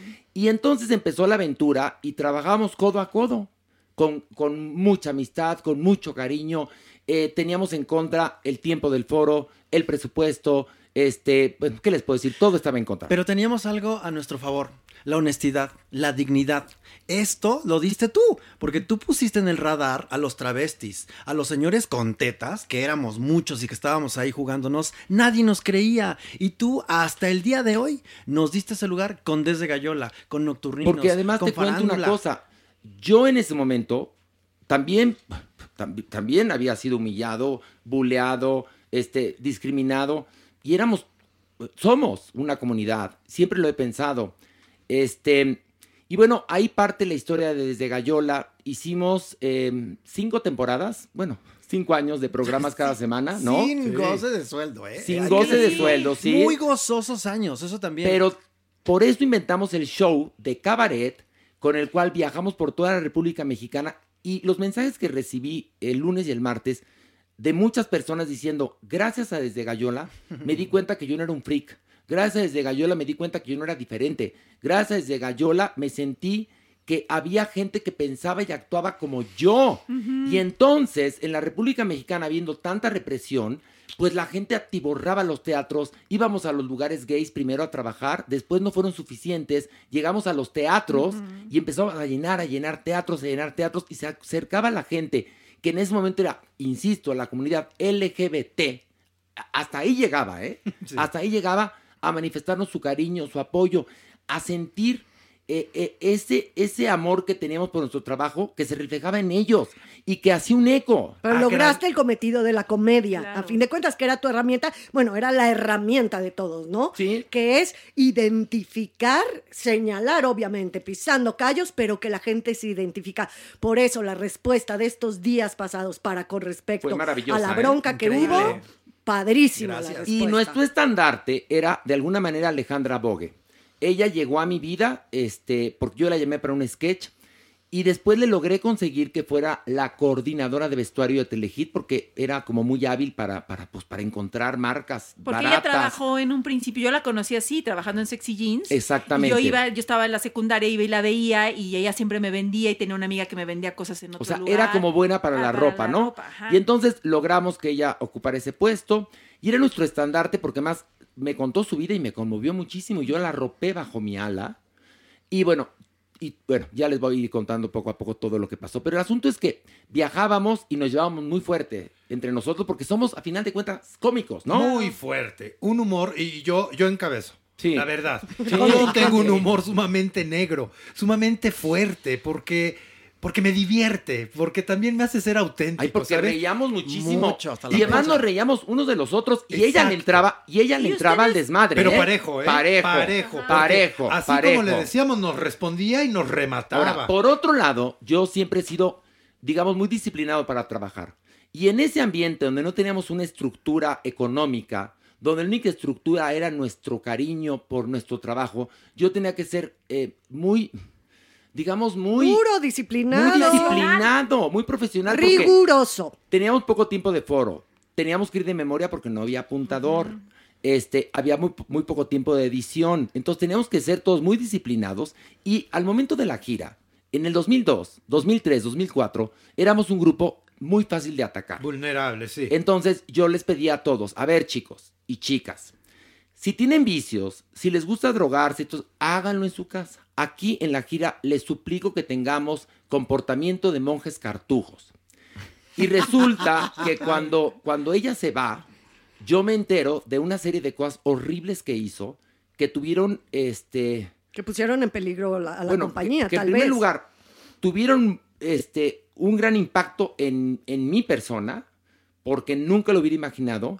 Y entonces empezó la aventura y trabajamos codo a codo, con, con mucha amistad, con mucho cariño. Eh, teníamos en contra el tiempo del foro, el presupuesto, este, pues, ¿qué les puedo decir? Todo estaba en contra. Pero teníamos algo a nuestro favor, la honestidad, la dignidad. Esto lo diste tú, porque tú pusiste en el radar a los travestis, a los señores con tetas, que éramos muchos y que estábamos ahí jugándonos, nadie nos creía. Y tú, hasta el día de hoy, nos diste ese lugar con Desde Gallola, con Nocturninos, Porque además con te cuento una Farándula. cosa. Yo en ese momento también, tam- también había sido humillado, buleado, este, discriminado. Y éramos, somos una comunidad. Siempre lo he pensado. Este, y bueno, ahí parte la historia de Desde Gallola. Hicimos eh, cinco temporadas, bueno, cinco años de programas cada semana, ¿no? Sin Sí. goce de sueldo, ¿eh? Sin Hay goce que de decir, sueldo, sí. Muy gozosos años, eso también. Pero por eso inventamos el show de cabaret con el cual viajamos por toda la República Mexicana y los mensajes que recibí el lunes y el martes de muchas personas diciendo, gracias a Desde Gallola me di cuenta que yo no era un freak, gracias a Desde Gallola me di cuenta que yo no era diferente, gracias a Desde Gallola me sentí que había gente que pensaba y actuaba como yo. Uh-huh. Y entonces, en la República Mexicana, habiendo tanta represión, pues la gente atiborraba los teatros, íbamos a los lugares gays primero a trabajar, después no fueron suficientes, llegamos a los teatros uh-huh. y empezamos a llenar, a llenar teatros, a llenar teatros, y se acercaba la gente, que en ese momento era, insisto, la comunidad L G B T, hasta ahí llegaba, ¿eh? Sí. Hasta ahí llegaba a manifestarnos su cariño, su apoyo, a sentir Eh, eh, ese, ese amor que teníamos por nuestro trabajo, que se reflejaba en ellos y que hacía un eco. Pero ah, lograste era... el cometido de la comedia, claro. a fin de cuentas, que era tu herramienta, bueno, era la herramienta de todos, ¿no? Sí. Que es identificar, señalar, obviamente, pisando callos, pero que la gente se identifica. Por eso la respuesta de estos días pasados para con respecto a la bronca ¿eh? que hubo, padrísima la respuesta. Y nuestro estandarte era, de alguna manera, Alejandra Bogue. Ella llegó a mi vida, este, porque yo la llamé para un sketch, y después le logré conseguir que fuera la coordinadora de vestuario de Telehit, porque era como muy hábil para, para, pues, para encontrar marcas porque baratas. ella trabajó en un principio, yo la conocí así, trabajando en Sexy Jeans. Exactamente. Y yo iba, yo estaba en la secundaria, iba y la veía, y ella siempre me vendía, y tenía una amiga que me vendía cosas en otro O sea, lugar. era como buena para ah, la para ropa, la ¿no? ropa, y entonces logramos que ella ocupara ese puesto, y era nuestro estandarte, porque más me contó su vida y me conmovió muchísimo, y yo la arropé bajo mi ala, y bueno... Y bueno, ya les voy a ir contando poco a poco todo lo que pasó. Pero el asunto es que viajábamos y nos llevábamos muy fuerte entre nosotros porque somos, a final de cuentas, cómicos, ¿no? Muy fuerte. Un humor, y yo, yo encabezo. Sí. La verdad. Sí. Yo tengo un humor sumamente negro, sumamente fuerte, porque... Porque me divierte, porque también me hace ser auténtico. Ay, porque ¿sabes? reíamos muchísimo. Mucho, hasta la y además fecha. nos reíamos unos de los otros. Y ella Exacto. le entraba, y ella le ¿Y entraba al ustedes? desmadre. Pero ¿eh? parejo, ¿eh? Parejo. Parejo. Parejo. Así parejo. como le decíamos, nos respondía y nos remataba. Ahora, por otro lado, yo siempre he sido, digamos, muy disciplinado para trabajar. Y en ese ambiente donde no teníamos una estructura económica, donde la única estructura era nuestro cariño por nuestro trabajo, yo tenía que ser eh, muy... digamos, muy... Puro, disciplinado. Muy disciplinado, muy profesional. Riguroso. Teníamos poco tiempo de foro. Teníamos que ir de memoria porque no había apuntador. Uh-huh. Este, había muy, muy poco tiempo de edición. Entonces teníamos que ser todos muy disciplinados. Y al momento de la gira, en el dos mil dos, dos mil tres, dos mil cuatro, éramos un grupo muy fácil de atacar. Vulnerable, sí. Entonces yo les pedía a todos, a ver, chicos y chicas, si tienen vicios, si les gusta drogarse, entonces háganlo en su casa. Aquí en la gira les suplico que tengamos comportamiento de monjes cartujos. Y resulta que cuando, cuando ella se va, yo me entero de una serie de cosas horribles que hizo, que tuvieron, este... Que pusieron en peligro la, a la bueno, compañía, que, que tal en primer vez. lugar, tuvieron este, un gran impacto en, en mi persona, porque nunca lo hubiera imaginado,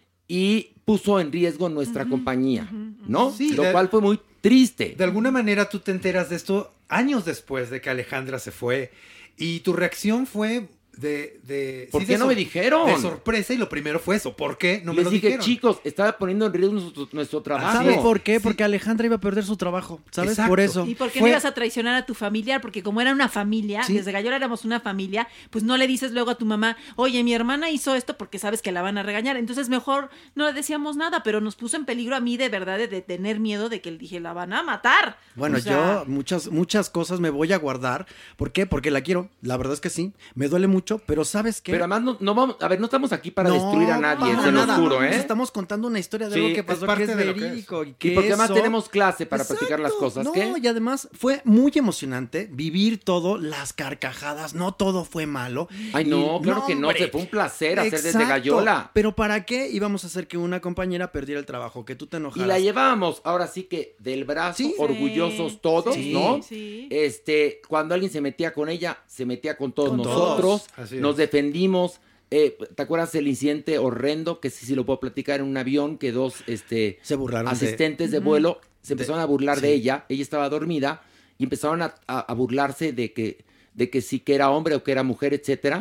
y puso en riesgo nuestra uh-huh, compañía, uh-huh, ¿no? Sí, lo de, cual fue muy triste. De alguna manera tú te enteras de esto años después de que Alejandra se fue y tu reacción fue de... de ¿Por sí, qué de no me dijeron? De sorpresa, y lo primero fue eso. ¿Por qué no Les me lo dije, dijeron? chicos, estaba poniendo en riesgo nuestro, nuestro trabajo. ¿Sabes por qué? Porque sí. Alejandra iba a perder su trabajo, ¿sabes? Exacto. Por eso. ¿Y por qué fue... no ibas a traicionar a tu familiar? Porque como era una familia, sí. desde Gallola éramos una familia, pues no le dices luego a tu mamá, oye, mi hermana hizo esto porque sabes que la van a regañar. Entonces mejor no le decíamos nada, pero nos puso en peligro a mí de verdad de, de tener miedo de que él dije, la van a matar. Bueno, o sea... yo muchas, muchas cosas me voy a guardar. ¿Por qué? Porque la quiero. La verdad es que sí. Me duele mucho, pero ¿sabes qué? Pero además no, no vamos, a ver, no estamos aquí para no, destruir a nadie, no, se los nada. juro, ¿eh? Nos estamos contando una historia de sí, algo que pasó es que es de verídico. Que es. Y, que y porque eso... además tenemos clase para Exacto. platicar las cosas, no, ¿qué? Y además fue muy emocionante vivir todo, las carcajadas, no todo fue malo. Ay, no, y, claro no, que no, hombre. se fue un placer hacer Exacto. desde Gallola. Pero ¿para qué íbamos a hacer que una compañera perdiera el trabajo? Que tú te enojaras. Y la llevábamos, ahora sí que del brazo, sí. orgullosos todos, sí. ¿no? Sí. Este, cuando alguien se metía con ella, se metía con todos Con nosotros, todos. nos defendimos. Eh, ¿Te acuerdas del incidente horrendo? Que sí, sí lo puedo platicar, en un avión que dos este, se burlaron asistentes de, de vuelo se empezaron de, a burlar sí. de ella. Ella estaba dormida y empezaron a, a, a burlarse de que, de que sí que era hombre o que era mujer, etcétera.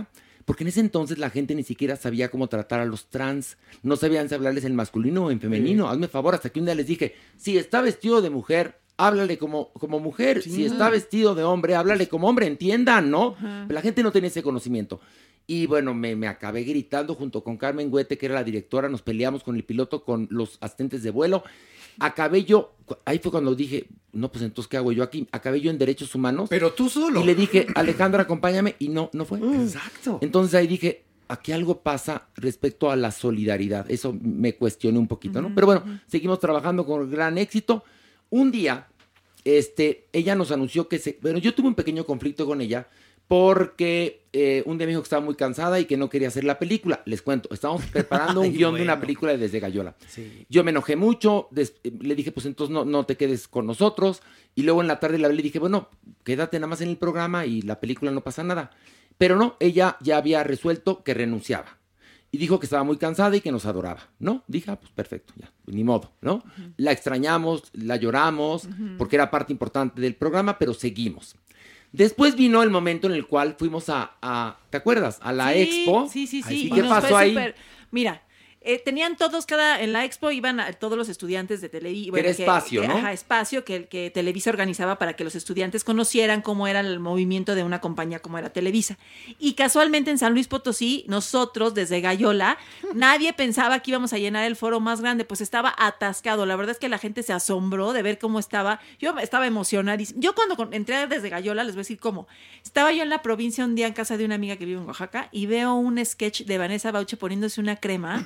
Porque en ese entonces la gente ni siquiera sabía cómo tratar a los trans. No sabían si hablarles en masculino o en femenino. Sí. Hazme favor, hasta que un día les dije, si está vestido de mujer, háblale como, como mujer. Sí. Si está vestido de hombre, háblale como hombre. Entiendan, ¿no? Uh-huh. Pero la gente no tenía ese conocimiento. Y bueno, me, me acabé gritando junto con Carmen Huete, que era la directora. Nos peleamos con el piloto, con los asistentes de vuelo. Acabé yo, ahí fue cuando dije, no, pues entonces, ¿qué hago yo aquí? Acabé yo en Derechos Humanos. Pero tú solo. Y le dije, Alejandra, acompáñame, y no, no fue. Mm. Exacto. Entonces ahí dije, aquí algo pasa respecto a la solidaridad. Eso me cuestioné un poquito, ¿no? Uh-huh. Pero bueno, seguimos trabajando con gran éxito. Un día, este, ella nos anunció que se... Bueno, yo tuve un pequeño conflicto con ella, porque eh, un día me dijo que estaba muy cansada y que no quería hacer la película. Les cuento, estábamos preparando un Ay, guión bueno. de una película de Desde Gallola. Sí. Yo me enojé mucho, des- le dije, pues entonces no, no te quedes con nosotros. Y luego en la tarde la hablé y dije, bueno, quédate nada más en el programa y la película no pasa nada. Pero no, ella ya había resuelto que renunciaba. Y dijo que estaba muy cansada y que nos adoraba, ¿no? Dije, ah, pues perfecto, ya, ni modo, ¿no? Uh-huh. La extrañamos, la lloramos, uh-huh. porque era parte importante del programa, pero seguimos. Después vino el momento en el cual fuimos a, a ¿te acuerdas? A la sí, expo. Sí, sí, sí. ¿Y qué pasó ahí? Super, mira, eh, tenían todos, cada, en la expo iban a, todos los estudiantes de Televisa. Bueno, era espacio, que, ¿no? Ajá, espacio que, que Televisa organizaba para que los estudiantes conocieran cómo era el movimiento de una compañía como era Televisa. Y casualmente en San Luis Potosí, nosotros desde Gallola, nadie pensaba que íbamos a llenar el foro más grande, pues estaba atascado. La verdad es que la gente se asombró de ver cómo estaba. Yo estaba emocionadísima. Yo cuando entré desde Gallola, les voy a decir cómo. Estaba yo en la provincia un día en casa de una amiga que vive en Oaxaca y veo un sketch de Vanessa Bauche poniéndose una crema.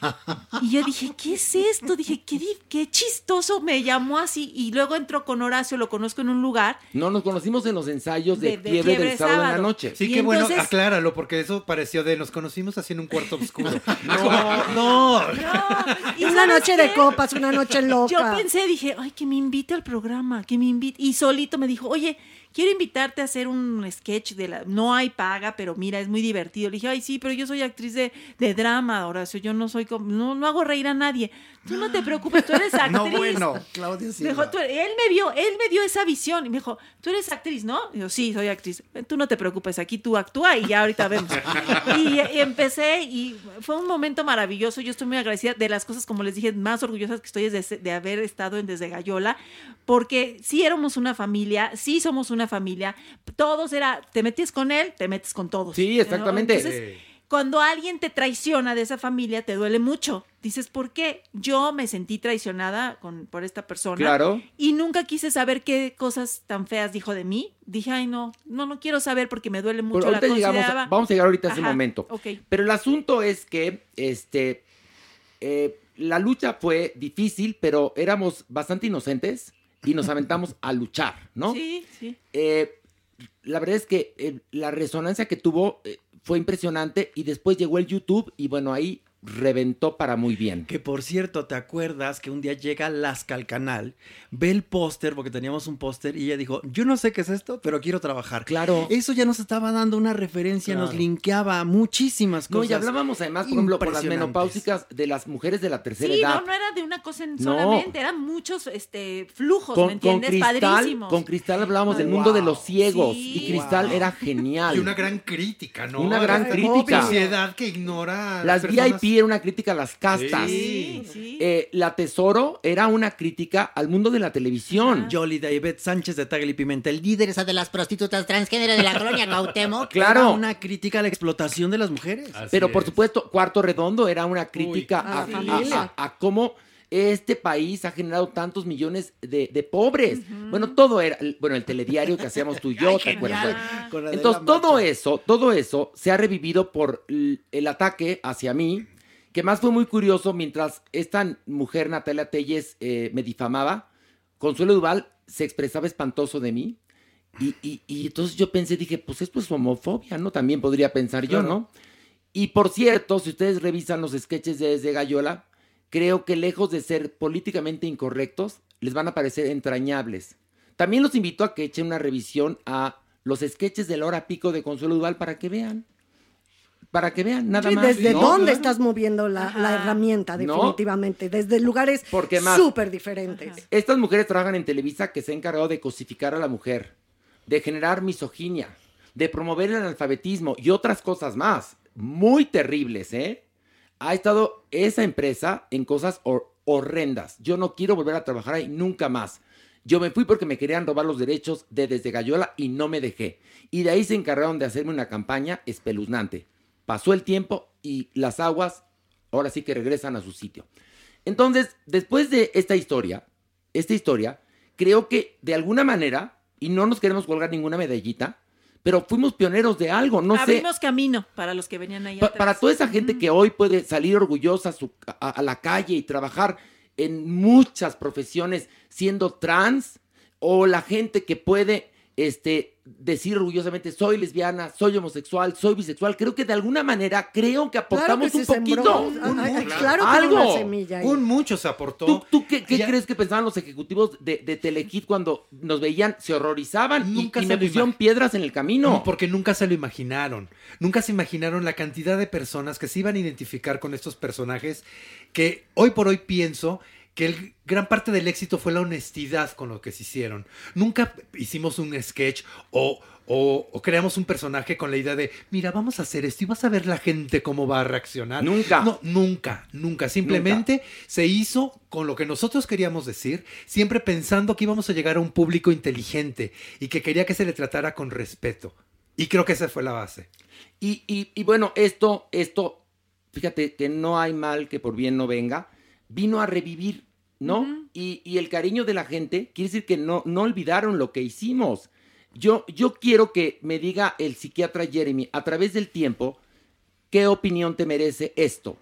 Y yo dije, ¿qué es esto? Dije, qué, qué chistoso, me llamó así. Y luego entró con Horacio, lo conozco en un lugar. No, nos conocimos en los ensayos de, de, de Fiebre, Fiebre del sábado, sábado en la noche. Sí, y qué entonces... bueno, acláralo, porque eso pareció de, nos conocimos así en un cuarto oscuro. no, no. no. Y una noche qué? de copas, una noche loca. Yo pensé, dije, ay, que me invite al programa, que me invite. Y solito me dijo, oye, quiero invitarte a hacer un sketch de la... No hay paga, pero mira, es muy divertido. Le dije, ay, sí, pero yo soy actriz de, de drama, Horacio. Yo no soy... No, no hago reír a nadie. Tú no te preocupes, tú eres actriz. No, bueno, Claudia Silva. Me dijo, tú, él me vio, él me dio esa visión. Y me dijo, tú eres actriz, ¿no? Y yo, sí, soy actriz. Tú no te preocupes, aquí tú actúa y ya ahorita vemos. y, y empecé y fue un momento maravilloso. Yo estoy muy agradecida de las cosas, como les dije, más orgullosas que estoy de, de haber estado en Desde Gallola, porque sí éramos una familia, sí somos una familia. Todos era, te metes con él, te metes con todos. Sí, exactamente. Entonces, cuando alguien te traiciona de esa familia, te duele mucho. Dices, ¿por qué? Yo me sentí traicionada con, por esta persona. Claro. Y nunca quise saber qué cosas tan feas dijo de mí. Dije, ay, no, no, no quiero saber porque me duele mucho. Pero ahorita la llegamos, consideraba... vamos a llegar ahorita a ese Ajá, momento. Okay. Pero el asunto es que, este, eh, la lucha fue difícil, pero éramos bastante inocentes y nos aventamos a luchar, ¿no? Sí, sí. Eh, la verdad es que eh, la resonancia que tuvo eh, fue impresionante y después llegó el YouTube y bueno, ahí reventó para muy bien. Que por cierto, ¿te acuerdas que un día llega Lasca al canal, ve el póster, porque teníamos un póster, y ella dijo, yo no sé qué es esto, pero quiero trabajar? Claro. Eso ya nos estaba dando una referencia, claro. Nos linkeaba muchísimas cosas. No, y hablábamos además, por ejemplo, con las menopáusicas de las mujeres de la tercera sí, edad. Sí, no, no era de una cosa solamente, no. Eran muchos este, flujos, con, ¿me entiendes? Con Cristal, padrísimos. Con Cristal hablábamos del wow. mundo de los ciegos, sí, y Cristal wow. era genial. Y una gran crítica, ¿no? Una gran la crítica. Sociedad que ignora las, las personas... V I P era una crítica a las castas. Sí, sí. Eh, la Tesoro era una crítica al mundo de la televisión. Yoli David Sánchez de Tagle y Pimentel, líderesa de las prostitutas transgénero de la colonia Cuauhtémoc. Claro. Era una crítica a la explotación de las mujeres. Así Pero es. Por supuesto, Cuarto Redondo era una crítica Uy, a, sí. a, a, a cómo este país ha generado tantos millones de, de pobres. Uh-huh. Bueno, todo era, bueno, el telediario que hacíamos tú y yo, ¿te acuerdas? Entonces, todo eso, todo eso se ha revivido por el ataque hacia mí, que más fue muy curioso, mientras esta mujer, Natalia Telles, eh, me difamaba, Consuelo Duval se expresaba espantoso de mí, y, y, y entonces yo pensé, dije, pues esto es homofobia, ¿no? También podría pensar claro. yo, ¿no? Y por cierto, si ustedes revisan los sketches de Desde Gallola, creo que lejos de ser políticamente incorrectos, les van a parecer entrañables. También los invito a que echen una revisión a los sketches de la hora pico de Consuelo Duval para que vean. Para que vean, nada sí, más. ¿Desde ¿no? dónde estás moviendo la, la herramienta, definitivamente? ¿No? Desde lugares súper diferentes. Ajá. Estas mujeres trabajan en Televisa, que se ha encargado de cosificar a la mujer, de generar misoginia, de promover el analfabetismo y otras cosas más, muy terribles, ¿eh? Ha estado esa empresa en cosas hor- horrendas. Yo no quiero volver a trabajar ahí nunca más. Yo me fui porque me querían robar los derechos de Desde Gallola y no me dejé. Y de ahí se encargaron de hacerme una campaña espeluznante. Pasó el tiempo y las aguas ahora sí que regresan a su sitio. Entonces, después de esta historia, esta historia, creo que de alguna manera, y no nos queremos colgar ninguna medallita, pero fuimos pioneros de algo, no sé. Abrimos camino para los que venían ahí Pa- atrás. para toda esa gente que hoy puede salir orgullosa a, su- a- a la calle y trabajar en muchas profesiones siendo trans, o la gente que puede este, decir orgullosamente soy lesbiana, soy homosexual, soy bisexual, creo que de alguna manera creo que aportamos que un se sembró. poquito. Ah, Un- ah, un- claro que era algo. una semilla ahí. Un mucho se aportó. ¿Tú, tú qué, qué Ya- crees que pensaban los ejecutivos de, de Telehit cuando nos veían? Se horrorizaban y, Nunca y se me lo pusieron imag- piedras en el camino. No, porque nunca se lo imaginaron. Nunca se imaginaron la cantidad de personas que se iban a identificar con estos personajes que hoy por hoy pienso que el, gran parte del éxito fue la honestidad con lo que se hicieron. Nunca hicimos un sketch o, o, o creamos un personaje con la idea de, mira, vamos a hacer esto y vas a ver la gente cómo va a reaccionar. Nunca. No, nunca, nunca. Simplemente se hizo con lo que nosotros queríamos decir, siempre pensando que íbamos a llegar a un público inteligente y que quería que se le tratara con respeto. Y creo que esa fue la base. Y, y, y bueno, esto, esto, fíjate que no hay mal que por bien no venga, vino a revivir, ¿no? Uh-huh. y, y el cariño de la gente quiere decir que no, no olvidaron lo que hicimos. Yo, yo quiero que me diga el psiquiatra Jeremy, a través del tiempo, ¿qué opinión te merece esto?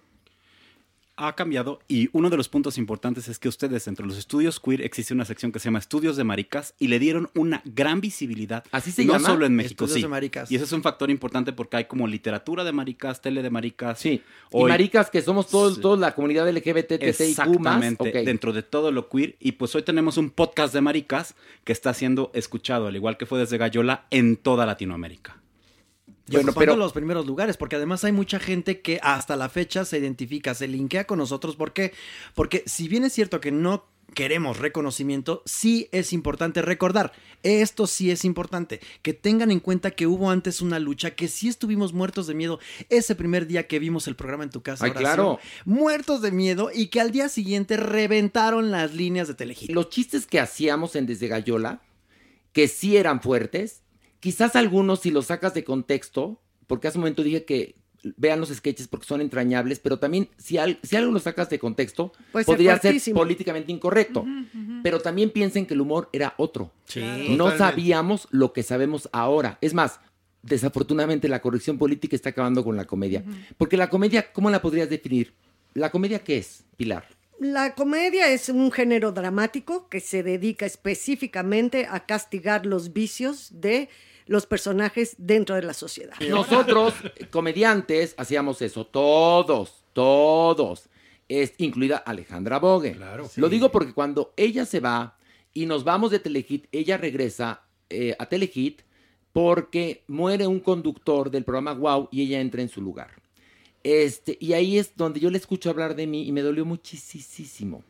Ha cambiado y uno de los puntos importantes es que ustedes, entre los estudios queer, existe una sección que se llama Estudios de Maricas y le dieron una gran visibilidad. ¿Así se no llama? No solo en México, Estudios sí. de Maricas. Y eso es un factor importante porque hay como literatura de maricas, tele de maricas. Sí. Hoy, y maricas que somos todos, sí. toda la comunidad L G B T T I Q más. Exactamente, Okay. dentro de todo lo queer. Y pues hoy tenemos un podcast de maricas que está siendo escuchado, al igual que fue desde Gallola, en toda Latinoamérica. Y bueno, ocupando pero... los primeros lugares, porque además hay mucha gente que hasta la fecha se identifica, se linkea con nosotros. ¿Por qué? Porque si bien es cierto que no queremos reconocimiento, sí es importante recordar, esto sí es importante, que tengan en cuenta que hubo antes una lucha, que sí estuvimos muertos de miedo ese primer día que vimos el programa en tu casa. Ay, Horacio, claro. Muertos de miedo y que al día siguiente reventaron las líneas de Telehit. Los chistes que hacíamos en Desde Gallola, que sí eran fuertes, quizás algunos si los sacas de contexto, porque hace un momento dije que vean los sketches porque son entrañables, pero también si, al, si algo lo sacas de contexto, Puede podría ser, ser políticamente incorrecto. Uh-huh, uh-huh. Pero también piensen que el humor era otro. Sí, no totalmente. sabíamos lo que sabemos ahora. Es más, desafortunadamente la corrección política está acabando con la comedia. Uh-huh. Porque la comedia, ¿cómo la podrías definir? ¿La comedia qué es, Pilar? La comedia es un género dramático que se dedica específicamente a castigar los vicios de los personajes dentro de la sociedad. Nosotros, comediantes, hacíamos eso. Todos, todos. Es, incluida Alejandra Bogue. Claro. Lo sí. digo porque cuando ella se va y nos vamos de Telehit, ella regresa eh, a Telehit porque muere un conductor del programa Wow y ella entra en su lugar. Este, y ahí es donde yo le escucho hablar de mí y me dolió muchísimo.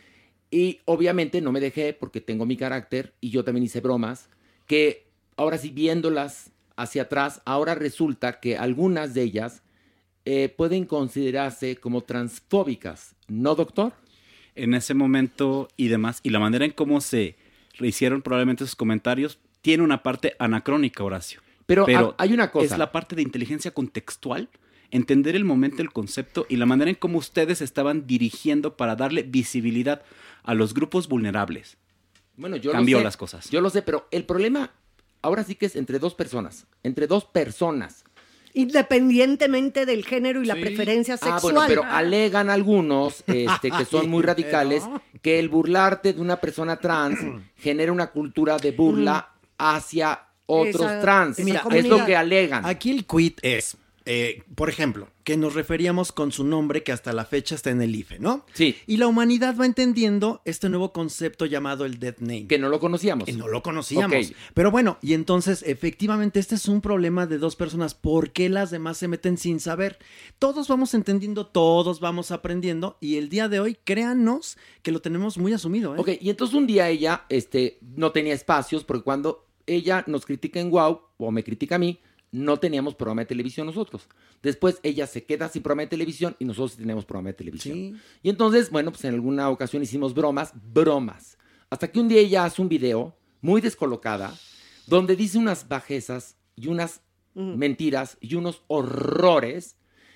Y obviamente no me dejé porque tengo mi carácter y yo también hice bromas que ahora sí viéndolas hacia atrás, ahora resulta que algunas de ellas eh, pueden considerarse como transfóbicas, ¿no, doctor? En ese momento y demás, y la manera en cómo se hicieron probablemente esos comentarios, tiene una parte anacrónica, Horacio. Pero, Pero hay una cosa. Es la parte de inteligencia contextual, entender el momento, el concepto y la manera en cómo ustedes estaban dirigiendo para darle visibilidad a los grupos vulnerables. Bueno, yo Cambió lo sé, las cosas. Yo lo sé, pero el problema ahora sí que es entre dos personas, entre dos personas. Independientemente del género y la sí. preferencia sexual. Ah, bueno, pero alegan algunos, este, que son muy radicales, que el burlarte de una persona trans genera una cultura de burla hacia otros esa, trans. Esa Mira, es lo que alegan. Aquí el quid es, eh, por ejemplo, que nos referíamos con su nombre que hasta la fecha está en el I F E, ¿no? Sí. Y la humanidad va entendiendo este nuevo concepto llamado el dead name. Que no lo conocíamos. Que no lo conocíamos. Okay. Pero bueno, y entonces, efectivamente, este es un problema de dos personas. ¿Por qué las demás se meten sin saber? Todos vamos entendiendo, todos vamos aprendiendo, y el día de hoy, créanos que lo tenemos muy asumido, ¿eh? Ok, y entonces un día ella este, no tenía espacios, porque cuando ella nos critica en Wow, o me critica a mí, no teníamos programa de televisión nosotros. Después ella se queda sin programa de televisión y nosotros tenemos programa de televisión. Sí. Y entonces, bueno, pues en alguna ocasión hicimos bromas, bromas. Hasta que un día ella hace un video muy descolocada, donde dice unas bajezas y unas uh-huh. mentiras y unos horrores.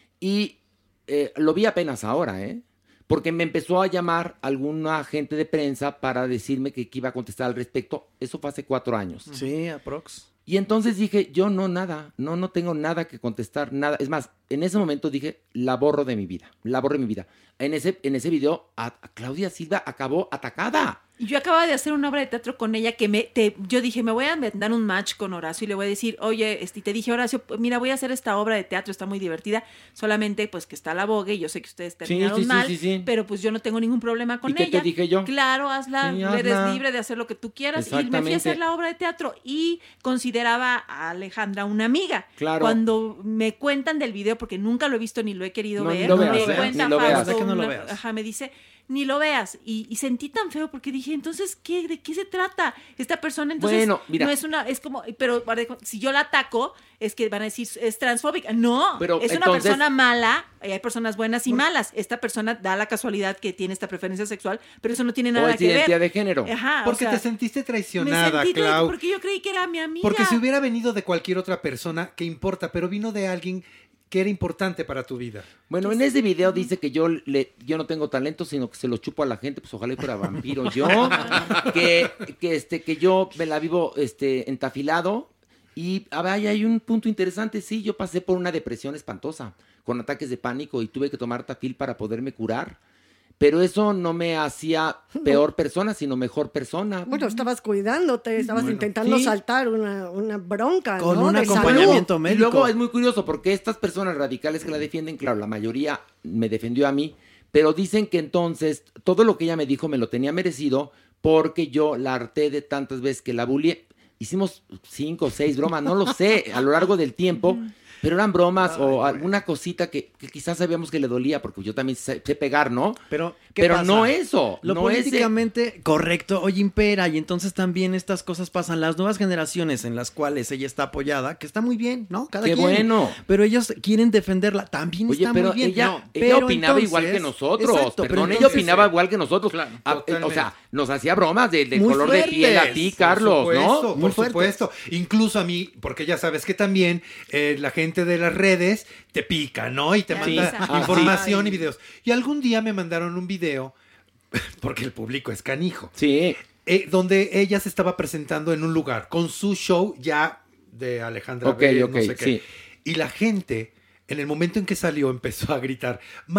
Y eh, lo vi apenas ahora, ¿eh? Porque me empezó a llamar alguna agente de prensa para decirme que, que iba a contestar al respecto. Eso fue hace cuatro años. Sí, aprox. Y entonces dije, yo no, nada, no, no tengo nada que contestar, nada. Es más, en ese momento dije, la borro de mi vida, la borro de mi vida. En ese, en ese video, a, a Claudia Silva acabó atacada. Y yo acababa de hacer una obra de teatro con ella que me, te, yo dije, me voy a dar un match con Horacio y le voy a decir, oye, este, te dije, Horacio, mira, voy a hacer esta obra de teatro, está muy divertida, solamente pues que está la Vogue y yo sé que ustedes terminaron sí, sí, mal, sí, sí, sí. pero pues yo no tengo ningún problema con ¿Y qué ella. te dije yo? Claro, hazla, Sí, eres hazla. libre de hacer lo que tú quieras. Y me fui a hacer la obra de teatro y consideraba a Alejandra una amiga. Claro. Cuando me cuentan del video, porque nunca lo he visto ni lo he querido No, ver, ni lo me veas, cuenta ni lo veas. Fausto, Que no lo una- veas. ajá, me dice, ni lo veas. Y, y sentí tan feo porque dije, entonces, ¿qué, ¿de qué se trata? Esta persona, entonces, Bueno, mira. no es una, es como, pero si yo la ataco, es que van a decir, es transfóbica. No, Pero, es una entonces- persona mala, y hay personas buenas y malas. Esta persona da la casualidad que tiene esta preferencia sexual, pero eso no tiene nada O es que ver. identidad de género. Ajá, o Porque sea, te sentiste me traicionada, sentí tra- Clau. porque yo creí que era mi amiga. Porque si hubiera venido de cualquier otra persona, ¿qué importa? Pero vino de alguien que era importante para tu vida. Bueno, en ese video dice que yo le, yo no tengo talento, sino que se lo chupo a la gente, pues ojalá y fuera vampiro yo, que, que, este, que yo me la vivo este, entafilado. Y a ver, ahí hay un punto interesante, sí, yo pasé por una depresión espantosa, con ataques de pánico y tuve que tomar Tafil para poderme curar. Pero eso no me hacía peor persona, sino mejor persona. Bueno, estabas cuidándote, estabas Bueno, intentando sí. saltar una, una bronca, Con ¿no? un De acompañamiento salud. médico. Y luego es muy curioso porque estas personas radicales que la defienden, claro, la mayoría me defendió a mí, pero dicen que entonces todo lo que ella me dijo me lo tenía merecido porque yo la harté de tantas veces que la bullié. Hicimos cinco o seis bromas, no lo sé, a lo largo del tiempo, pero eran bromas o alguna cosita que, que quizás sabíamos que le dolía, porque yo también sé, sé pegar, ¿no? Pero, ¿qué Pero pasa? no eso, Lo no ese- políticamente correcto hoy impera y entonces también estas cosas pasan. Las nuevas generaciones en las cuales ella está apoyada, que está muy bien, ¿no? Cada ¡Qué quien. bueno! Pero ellos quieren defenderla, también Oye, está pero muy bien. ella, No, ella pero opinaba entonces- igual que nosotros. Exacto, pero Perdón, ella entonces- opinaba igual que nosotros. Ah, eh, o sea, nos hacía bromas de- del Muy color de piel a ti, fuertes, Carlos, por supuesto, ¿no? Por supuesto. Incluso a mí, porque ya sabes que también eh, la gente de las redes te pica, ¿no? Y te Sí. manda Ah, información sí. y videos. Y algún día me mandaron un video, porque el público es canijo. Sí. eh, donde ella se estaba presentando en un lugar con su show ya de Alejandra Ok, Vélez, ok, no sé qué. sí. Y la gente, en el momento en que salió, empezó a gritar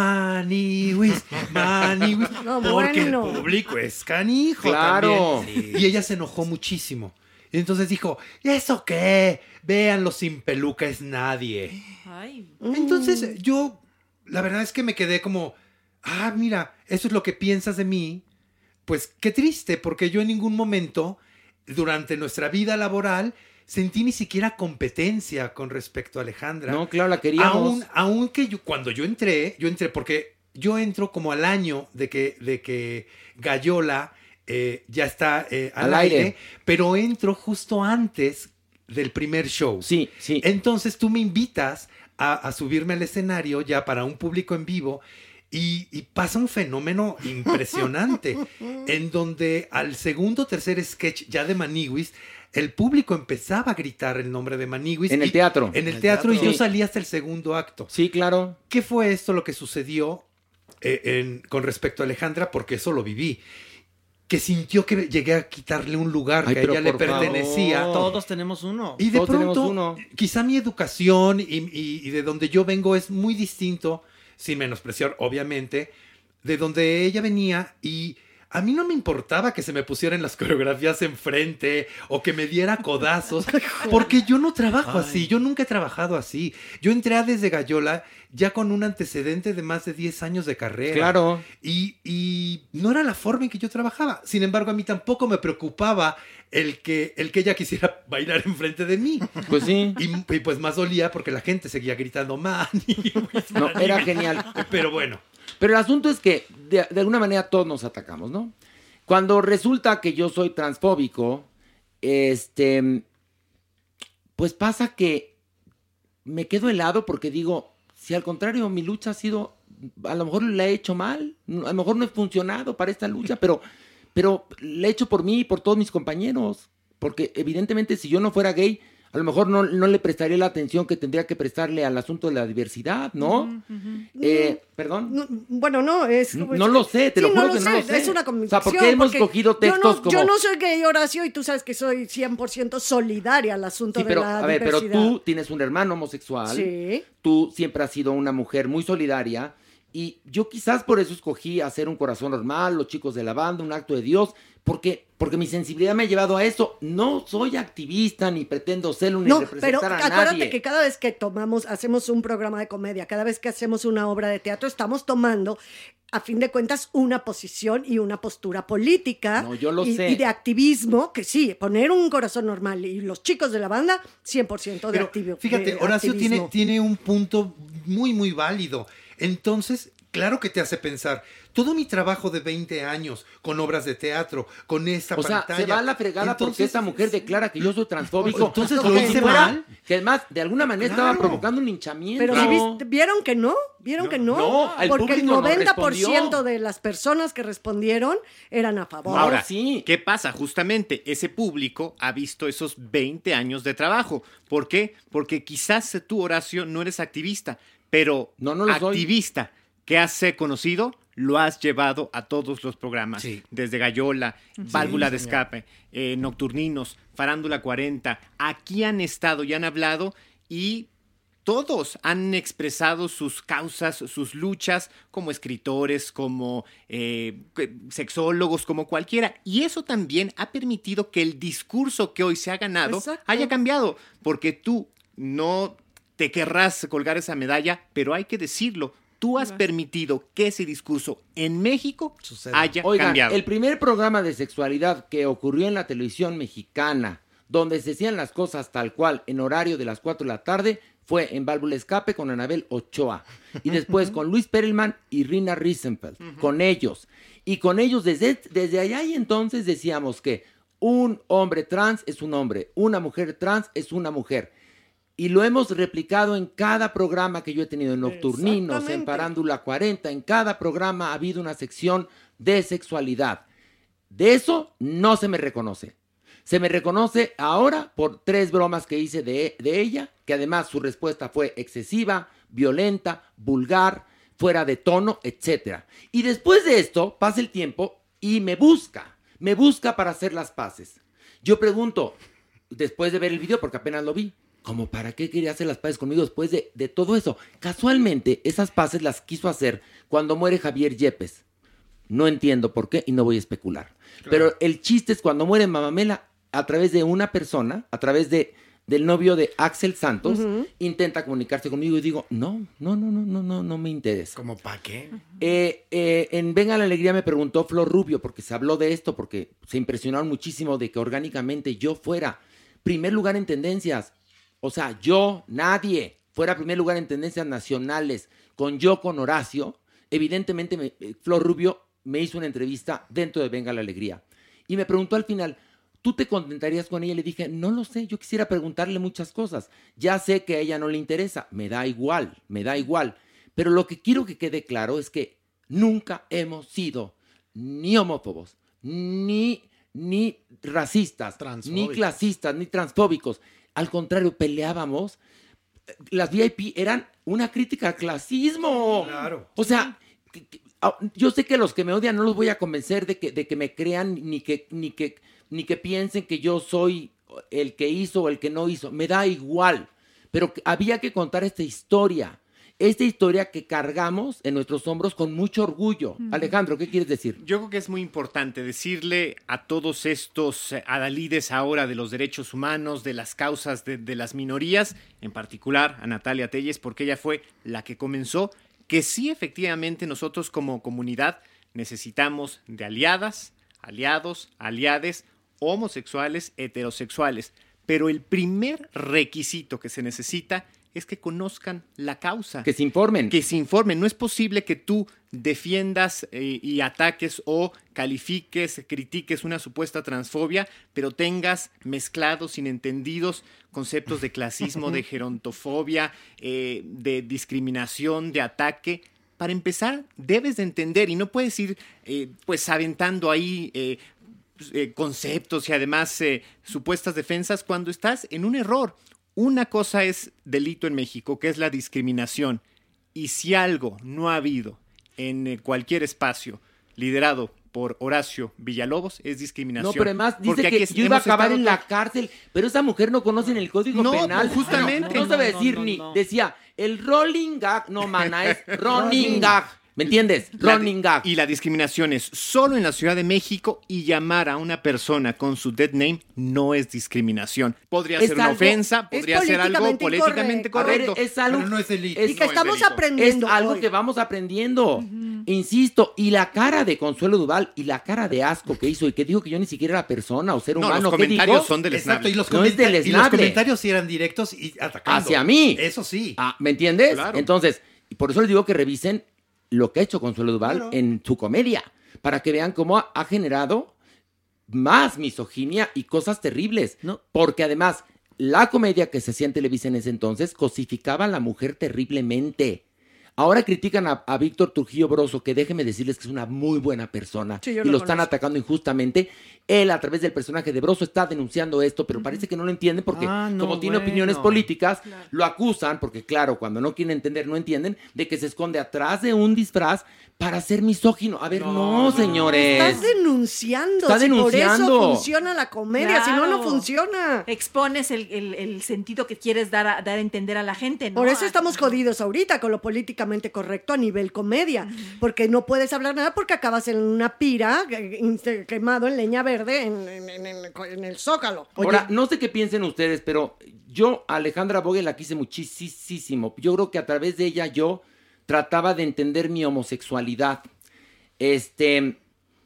Maniwis, Maniwis, No, porque bueno. el público es canijo Claro. también. Y ella se enojó muchísimo. Y entonces dijo, ¿eso qué? Véanlo, sin peluca es nadie. Ay. Entonces yo, la verdad es que me quedé como, ah, mira, eso es lo que piensas de mí. Pues qué triste, porque yo en ningún momento, durante nuestra vida laboral, sentí ni siquiera competencia con respecto a Alejandra. No, claro, la queríamos. Aún, aunque yo, cuando yo entré, yo entré porque yo entro como al año de que, de que Gallola eh, ya está eh, al, Al aire, aire. pero entro justo antes del primer show. Sí, sí. Entonces tú me invitas a, a subirme al escenario ya para un público en vivo y, y pasa un fenómeno impresionante en donde al segundo o tercer sketch ya de Maniwis, el público empezaba a gritar el nombre de Maniwis. En el y- teatro. En el En el teatro, teatro. y yo Sí. salí hasta el segundo acto. Sí, claro. ¿Qué fue esto lo que sucedió eh, en- con respecto a Alejandra? Porque eso lo viví. Que sintió que llegué a quitarle un lugar Ay, que a pero ella le por pertenecía. favor. Todos tenemos uno. Y de Todos tenemos pronto, uno. quizá mi educación y, y- y de donde yo vengo es muy distinto, sin menospreciar, obviamente, de donde ella venía y a mí no me importaba que se me pusieran las coreografías enfrente o que me diera codazos, porque yo no trabajo Ay. así, yo nunca he trabajado así. Yo entré a Desde Gallola ya con un antecedente de más de diez años de carrera. Claro. Y, y no era la forma en que yo trabajaba. Sin embargo, a mí tampoco me preocupaba el que, el que ella quisiera bailar enfrente de mí. Pues sí. Y, y pues más dolía porque la gente seguía gritando Mani. No, era genial. Pero bueno. Pero el asunto es que de, de alguna manera todos nos atacamos, ¿no? Cuando resulta que yo soy transfóbico, este, pues pasa que me quedo helado porque digo, si al contrario mi lucha ha sido, a lo mejor la he hecho mal, a lo mejor no he funcionado para esta lucha, pero, pero la he hecho por mí y por todos mis compañeros, porque evidentemente si yo no fuera gay, a lo mejor no, no le prestaría la atención que tendría que prestarle al asunto de la diversidad, ¿no? Uh-huh, uh-huh. Eh, ¿Perdón? No, bueno, no, es... No, no lo sé, te sí, lo juro no que sé, no lo sé. Es una convicción. O sea, ¿por qué hemos cogido textos yo no, como...? Yo no soy gay, Horacio, y tú sabes que soy cien por ciento solidaria al asunto Sí, pero, de la a ver, diversidad. pero tú tienes un hermano homosexual. Sí. Tú siempre has sido una mujer muy solidaria. Y yo quizás por eso escogí hacer un corazón normal, los chicos de la banda, un acto de Dios, porque, porque mi sensibilidad me ha llevado a eso. No soy activista, ni pretendo serlo, ni No, representar pero a acuérdate nadie. que cada vez que tomamos, hacemos un programa de comedia, cada vez que hacemos una obra de teatro, estamos tomando, a fin de cuentas, una posición y una postura política. No, yo lo y, sé. y de activismo, que sí, poner un corazón normal. Y los chicos de la banda, cien por ciento de Pero activismo. fíjate, Horacio tiene, tiene un punto muy, muy válido. Entonces, claro que te hace pensar, todo mi trabajo de veinte años con obras de teatro, con esta O sea, pantalla... se va a la fregada Entonces, porque esta mujer declara que yo soy transfóbico. Entonces, Como ¿lo si hice fuera- mal? Que además, de alguna manera Claro. estaba provocando un linchamiento. Pero si viste- vieron que no, vieron que no, no, el porque el público no noventa por ciento respondió. de las personas que respondieron eran a favor. Ahora, ¿qué pasa? Justamente ese público ha visto esos veinte años de trabajo. ¿Por qué? Porque quizás tú, Horacio, no eres activista, pero no, no lo soy. activista que has eh, conocido, lo has llevado a todos los programas. Desde Gallola, Válvula de señor. Escape, eh, Nocturninos, Farándula cuarenta. Aquí han estado y han hablado y todos han expresado sus causas, sus luchas como escritores, como eh, sexólogos, como cualquiera. Y eso también ha permitido que el discurso que hoy se ha ganado Exacto. haya cambiado. Porque tú no te querrás colgar esa medalla, pero hay que decirlo. Tú has permitido que ese discurso en México haya Oigan, cambiado. el primer programa de sexualidad que ocurrió en la televisión mexicana, donde se hacían las cosas tal cual en horario de las cuatro de la tarde, fue en Válvula Escape con Anabel Ochoa. Y después con Luis Perelman y Rina Riesenfeld. Con ellos. Y con ellos desde, desde allá y entonces decíamos que un hombre trans es un hombre, una mujer trans es una mujer. Y lo hemos replicado en cada programa que yo he tenido, en Nocturninos, en Exactamente. Farándula cuarenta, en cada programa ha habido una sección de sexualidad. De eso no se me reconoce. Se me reconoce ahora por tres bromas que hice de, de ella, que además su respuesta fue excesiva, violenta, vulgar, fuera de tono, etcétera. Y después de esto pasa el tiempo y me busca, me busca para hacer las paces. Yo pregunto, después de ver el video, porque apenas lo vi, ¿cómo para qué quería hacer las paces conmigo después de, de todo eso? Casualmente, esas paces las quiso hacer cuando muere Javier Yepes. No entiendo por qué y no voy a especular. Pero el chiste es cuando muere Mamamela, a través de una persona, a través de, del novio de Axel Santos, Ujú. intenta comunicarse conmigo y digo, no, no, no, no, no, no, no me interesa. ¿Cómo para qué? Eh, eh, en Venga la Alegría me preguntó Flor Rubio, porque se habló de esto, porque se impresionaron muchísimo de que orgánicamente yo fuera primer lugar en tendencias. O sea, yo, nadie, fuera primer lugar en tendencias nacionales, con yo, con Horacio. Evidentemente, me- eh, Flor Rubio me hizo una entrevista dentro de Venga la Alegría. Y me preguntó al final, ¿tú te contentarías con ella? Y le dije, no lo sé, yo quisiera preguntarle muchas cosas. Ya sé que a ella no le interesa, me da igual, me da igual. Pero lo que quiero que quede claro es que nunca hemos sido ni homófobos, ni, ni racistas, ni Transfóbicos. clasistas, ni transfóbicos. Al contrario, peleábamos. Las V I P eran una crítica al clasismo. Claro. O sea, que- que- ah, yo sé que los que me odian no los voy a convencer de que, de que me crean ni que, ni, que, ni que piensen que yo soy el que hizo o el que no hizo. Me da igual. Pero que- había que contar esta historia. Esta historia que cargamos en nuestros hombros con mucho orgullo. Mm. Alejandro, ¿qué quieres decir? Yo creo que es muy importante decirle a todos estos eh, adalides ahora de los derechos humanos, de las causas de, de las minorías, en particular a Natalia Telles, porque ella fue la que comenzó, que sí, efectivamente, nosotros como comunidad necesitamos de aliadas, aliados, aliades, homosexuales, heterosexuales. Pero el primer requisito que se necesita es que conozcan la causa. Que se informen. Que se informen. No es posible que tú defiendas eh, y ataques o califiques, critiques una supuesta transfobia, pero tengas mezclados, inentendidos conceptos de clasismo, de gerontofobia, eh, de discriminación, de ataque. Para empezar, debes de entender y no puedes ir eh, pues aventando ahí eh, eh, conceptos y además eh, supuestas defensas cuando estás en un error. Una cosa es delito en México, que es la discriminación. Y si algo no ha habido en eh, cualquier espacio liderado por Horacio Villalobos, es discriminación. No, pero además dice Porque que aquí yo iba a hemos acabar estado en la cárcel, pero esa mujer no conoce en el Código No, Penal. pues, justamente. No, no sabe No, decir no, ni... no. Decía, el rolling gag, no, mana, es running gag. ¿Me entiendes? La- Running gag. Y la discriminación es solo en la Ciudad de México y llamar a una persona con su dead name no es discriminación. Podría Es ser una algo- ofensa, es podría ser algo políticamente políticamente incorrecto. correcto. A ver, es algo- Pero no es delito. Y que estamos aprendiendo Es algo hoy. que vamos aprendiendo. Insisto, y la cara de Consuelo Duval y la cara de asco que hizo y que dijo que yo ni siquiera era persona o ser No, humano. los ¿qué comentarios dijo? son deleznables. Exacto, y los, No es comenta- y los deleznable. comentarios sí eran directos y atacando. Hacia mí. Eso sí. Ah, ¿me entiendes? Claro. Entonces, y por eso les digo que revisen lo que ha hecho Consuelo Duval Claro. en su comedia, para que vean cómo ha, ha generado más misoginia y cosas terribles. Porque además, la comedia que se hacía en Televisa en ese entonces cosificaba a la mujer terriblemente. Ahora critican a, a Víctor Trujillo Broso, que déjenme decirles que es una muy buena persona Sí, yo y lo lo están conozco. atacando injustamente. Él, a través del personaje de Broso, está denunciando esto, pero parece que no lo entienden porque, Ah, no, como tiene bueno. opiniones políticas, lo acusan, porque claro, cuando no quieren entender, no entienden, de que se esconde atrás de un disfraz para ser misógino. A ver, no, señores. Estás denunciando. Está si denunciando. Por eso funciona la comedia, si no, no Claro. funciona. Expones el, el- el sentido que quieres dar a, dar a entender a la gente, ¿no? Por eso estamos jodidos ahorita con lo políticamente correcto a nivel comedia, porque no puedes hablar nada porque acabas en una pira eh, inste- quemado en leña verde en, en- en- en- en el Zócalo. Ahora, no sé qué piensen ustedes, pero yo a Alejandra Bogue la quise muchísimo. Yo creo que a través de ella yo trataba de entender mi homosexualidad. Este,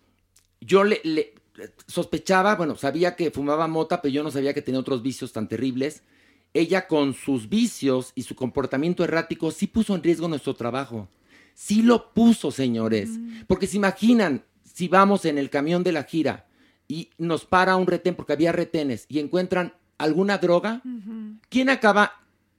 yo le, le- sospechaba, bueno, sabía que fumaba mota, pero yo no sabía que tenía otros vicios tan terribles. Ella con sus vicios y su comportamiento errático sí puso en riesgo nuestro trabajo. Sí lo puso, señores. Porque se imaginan, si vamos en el camión de la gira y nos para un retén, porque había retenes, y encuentran alguna droga, ¿quién acaba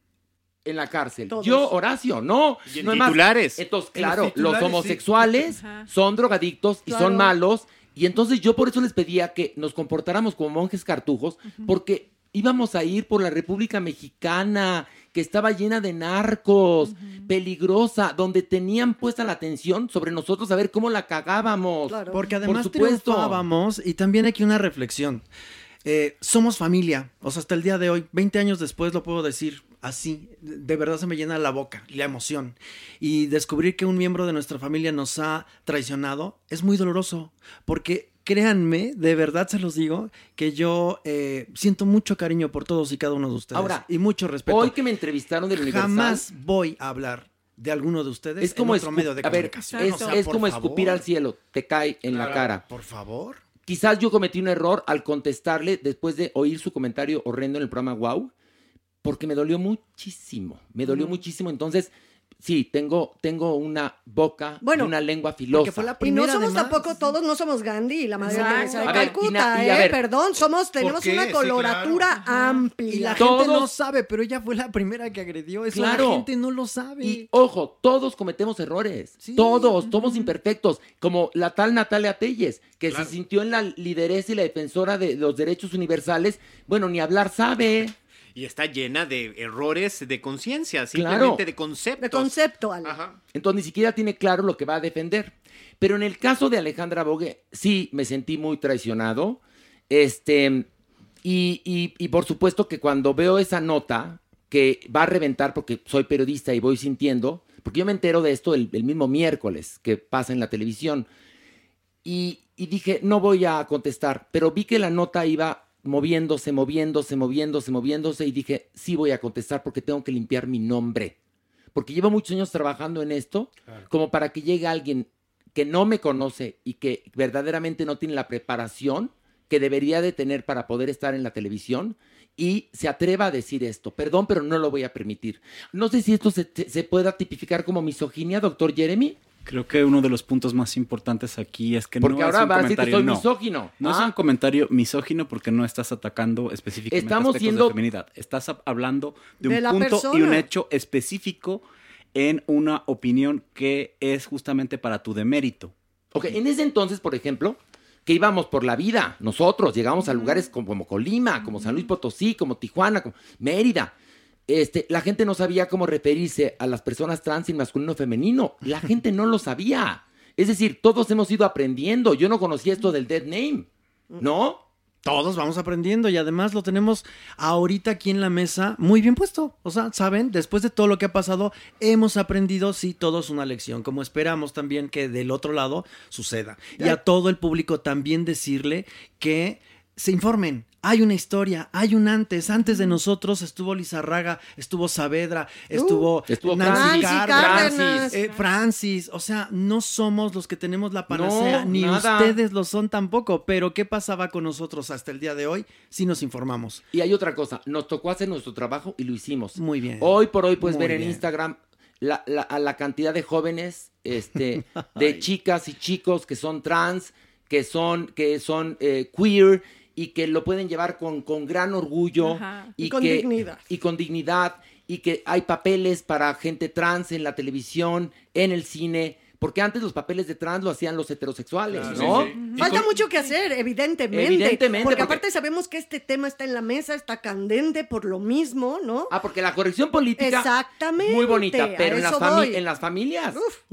en la cárcel? Todos. Yo, Horacio, no. Y en no es más. titulares. Entonces, En los claro, los, titulares, sí. homosexuales Ajá. son drogadictos y Claro. son malos. Y entonces yo por eso les pedía que nos comportáramos como monjes cartujos, porque íbamos a ir por la República Mexicana, que estaba llena de narcos, peligrosa, donde tenían puesta la atención sobre nosotros a ver cómo la cagábamos. Porque además por supuesto. triunfábamos y también aquí una reflexión. Eh, somos familia, o sea, hasta el día de hoy, veinte años después lo puedo decir así, de verdad se me llena la boca, la emoción. Y descubrir que un miembro de nuestra familia nos ha traicionado es muy doloroso, porque créanme, de verdad se los digo, que yo eh, siento mucho cariño por todos y cada uno de ustedes. Ahora, y mucho respeto. Hoy que me entrevistaron del Universal, Jamás voy a hablar de alguno de ustedes es como, en otro escu- medio de a ver, comunicación. es, O sea, es por como favor. escupir al cielo, te cae en la Claro, cara. Por favor. Quizás yo cometí un error al contestarle después de oír su comentario horrendo en el programa Wow, porque me dolió muchísimo, me dolió Ujú. muchísimo. Entonces, sí, tengo, tengo una boca Bueno, y una lengua filosa. Y no somos tampoco todos, no somos Gandhi y la Madre Exacto. Teresa de A ver, Calcuta, y na- y a ¿eh? ver, Perdón, somos, tenemos qué? una Sí, coloratura amplia. Y la gente no sabe, pero ella fue la primera que agredió. Eso Claro. la gente no lo sabe. Y ojo, todos cometemos errores. Todos, somos imperfectos. Como la tal Natalia Telles, que se sintió en la lideresa y la defensora de los derechos universales. Bueno, ni hablar sabe. Y está llena de errores de conciencia, Claro. simplemente de conceptos. De concepto, Ale. Entonces ni siquiera tiene claro lo que va a defender. Pero en el caso de Alejandra Bogue, sí me sentí muy traicionado. Este, y, y- y por supuesto que cuando veo esa nota que va a reventar, porque soy periodista y voy sintiendo, porque yo me entero de esto el, el mismo miércoles que pasa en la televisión. Y, y dije, no voy a contestar, pero vi que la nota iba moviéndose, moviéndose, moviéndose, moviéndose, y dije, sí voy a contestar porque tengo que limpiar mi nombre. Porque llevo muchos años trabajando en esto, como para que llegue alguien que no me conoce y que verdaderamente no tiene la preparación que debería de tener para poder estar en la televisión y se atreva a decir esto. Perdón, pero no lo voy a permitir. No sé si esto se, se pueda tipificar como misoginia, doctor Jeremy. Creo que uno de los puntos más importantes aquí es que porque no ahora es un va a decir que comentario soy no. misógino. No ah. es un comentario misógino porque no estás atacando específicamente Estamos aspectos siendo... de feminidad. Estás hablando de, de un punto persona. y un hecho específico en una opinión que es justamente para tu demérito. Ok, en ese entonces, por ejemplo, que íbamos por la vida, nosotros llegamos a lugares como, como Colima, como San Luis Potosí, como Tijuana, como Mérida. Este, la gente no sabía cómo referirse a las personas trans y masculino femenino. La gente no lo sabía. Es decir, todos hemos ido aprendiendo. Yo no conocía esto del dead name, ¿no? Todos vamos aprendiendo y además lo tenemos ahorita aquí en la mesa muy bien puesto. O sea, ¿saben? Después de todo lo que ha pasado, hemos aprendido, sí, todos una lección, como esperamos también que del otro lado suceda. Y a todo el público también decirle que se informen. Hay una historia, hay un antes. Antes de nosotros estuvo Lizarraga, estuvo Saavedra, estuvo, uh, estuvo Nancy Francis, Cárdenas, Francis. Eh, Francis. O sea, no somos los que tenemos la panacea, No, ni nada. ustedes lo son tampoco. Pero ¿qué pasaba con nosotros hasta el día de hoy? Sí nos informamos. Y hay otra cosa, nos tocó hacer nuestro trabajo y lo hicimos. Muy bien. Hoy por hoy puedes Muy ver en bien. Instagram la, la, a la cantidad de jóvenes, este, de chicas y chicos que son trans, que son, que son eh, queer y que lo pueden llevar con, con gran orgullo. Ajá. Y, Y con que, dignidad. Y con dignidad. Y que hay papeles para gente trans en la televisión, en el cine. Porque antes los papeles de trans lo hacían los heterosexuales, Claro, ¿no? sí, sí. Falta mucho que hacer, evidentemente. Evidentemente, Porque, porque- aparte sabemos que este tema está en la mesa, está candente por lo mismo, ¿no? Ah, porque la corrección política. Exactamente. Muy bonita, a pero en las, eso fami- voy. en las familias. Uh,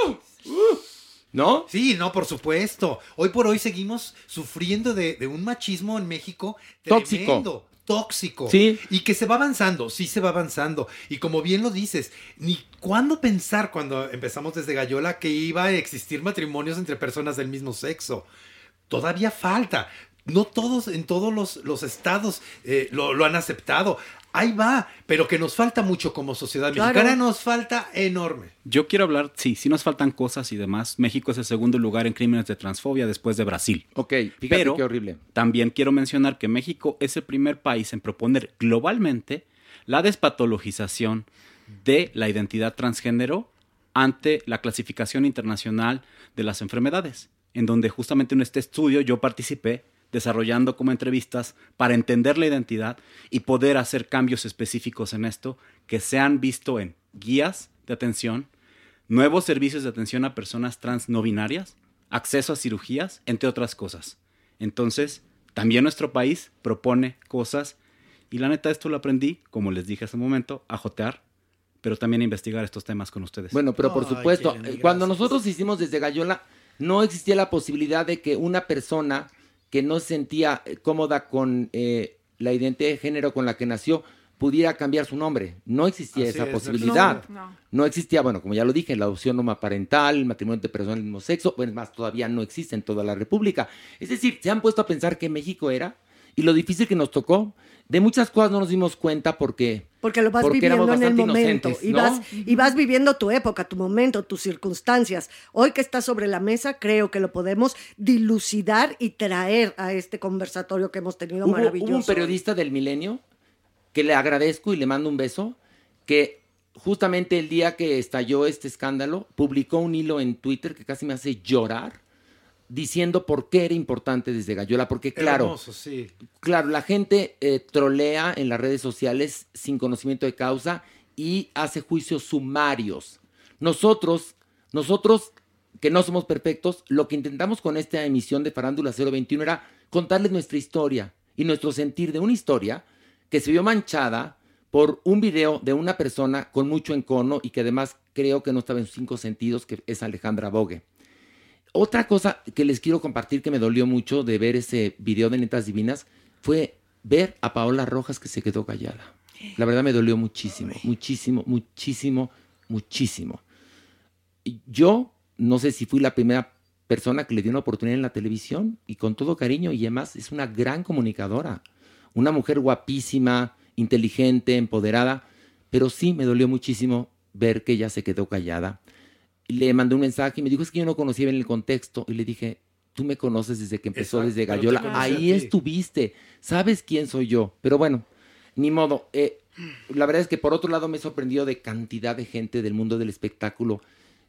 uh, ¿No? Sí, no, por supuesto. Hoy por hoy seguimos sufriendo de, de un machismo en México Tóxico. tremendo, tóxico. Sí. Y que se va avanzando, sí se va avanzando. Y como bien lo dices, ni cuándo pensar cuando empezamos desde Gallola que iba a existir matrimonios entre personas del mismo sexo. Todavía falta. No todos, en todos los, los estados eh, lo, lo han aceptado. Ahí va, pero que nos falta mucho como sociedad Claro. mexicana, nos falta enorme. Yo quiero hablar, sí, sí nos faltan cosas y demás. México es el segundo lugar en crímenes de transfobia después de Brasil. Ok, fíjate Pero qué horrible. también quiero mencionar que México es el primer país en proponer globalmente la despatologización de la identidad transgénero ante la clasificación internacional de las enfermedades, en donde justamente en este estudio yo participé desarrollando como entrevistas para entender la identidad y poder hacer cambios específicos en esto que se han visto en guías de atención, nuevos servicios de atención a personas trans no binarias, acceso a cirugías, entre otras cosas. Entonces, también nuestro país propone cosas y la neta esto lo aprendí, como les dije hace un momento, a jotear, pero también a investigar estos temas con ustedes. Bueno, pero por Ay, supuesto, Jeremy, eh, cuando gracias. nosotros hicimos desde Gallola, no existía la posibilidad de que una persona que no se sentía eh, cómoda con eh, la identidad de género con la que nació pudiera cambiar su nombre. No existía Así esa es, posibilidad. No, no. No existía, bueno, como ya lo dije, la adopción homoparental, el matrimonio de personas del mismo sexo, bueno, es más, todavía no existe en toda la República. Es decir, se han puesto a pensar qué México era y lo difícil que nos tocó. De muchas cosas no nos dimos cuenta porque... Porque lo vas porque éramos viviendo en el bastante momento inocentes, y, ¿no? vas, y vas viviendo tu época, tu momento, tus circunstancias. Hoy que está sobre la mesa, creo que lo podemos dilucidar y traer a este conversatorio que hemos tenido Hubo, maravilloso. hubo un periodista del Milenio que le agradezco y le mando un beso, que justamente el día que estalló este escándalo, publicó un hilo en Twitter que casi me hace llorar, diciendo por qué era importante desde Gallola, porque claro, Hermoso, sí. claro, la gente eh, trolea en las redes sociales sin conocimiento de causa y hace juicios sumarios. Nosotros, nosotros que no somos perfectos, lo que intentamos con esta emisión de Farándula cero veintiuno era contarles nuestra historia y nuestro sentir de una historia que se vio manchada por un video de una persona con mucho encono y que además creo que no estaba en sus cinco sentidos, que es Alejandra Bogue. Otra cosa que les quiero compartir que me dolió mucho de ver ese video de Netas Divinas fue ver a Paola Rojas que se quedó callada. La verdad me dolió muchísimo, muchísimo, muchísimo, muchísimo. Y yo no sé si fui la primera persona que le dio una oportunidad en la televisión y con todo cariño, y además es una gran comunicadora, una mujer guapísima, inteligente, empoderada, pero sí me dolió muchísimo ver que ella se quedó callada. Le mandé un mensaje y me dijo, es que yo no conocía bien el contexto. Y le dije, tú me conoces desde que empezó, Exacto, desde pero te Gallola. conocí a Ahí ti. estuviste. Sabes quién soy yo. Pero bueno, ni modo. Eh, la verdad es que por otro lado me he sorprendido de cantidad de gente del mundo del espectáculo.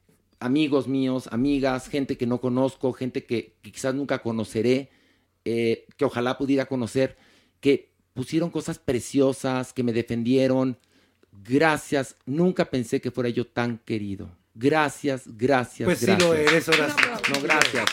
Amigos míos, amigas, gente que no conozco, gente que, que quizás nunca conoceré, eh, que ojalá pudiera conocer, que pusieron cosas preciosas, que me defendieron. Gracias, nunca pensé que fuera yo tan querido. Gracias, gracias, pues gracias. Pues sí lo eres, Horacio. No, gracias.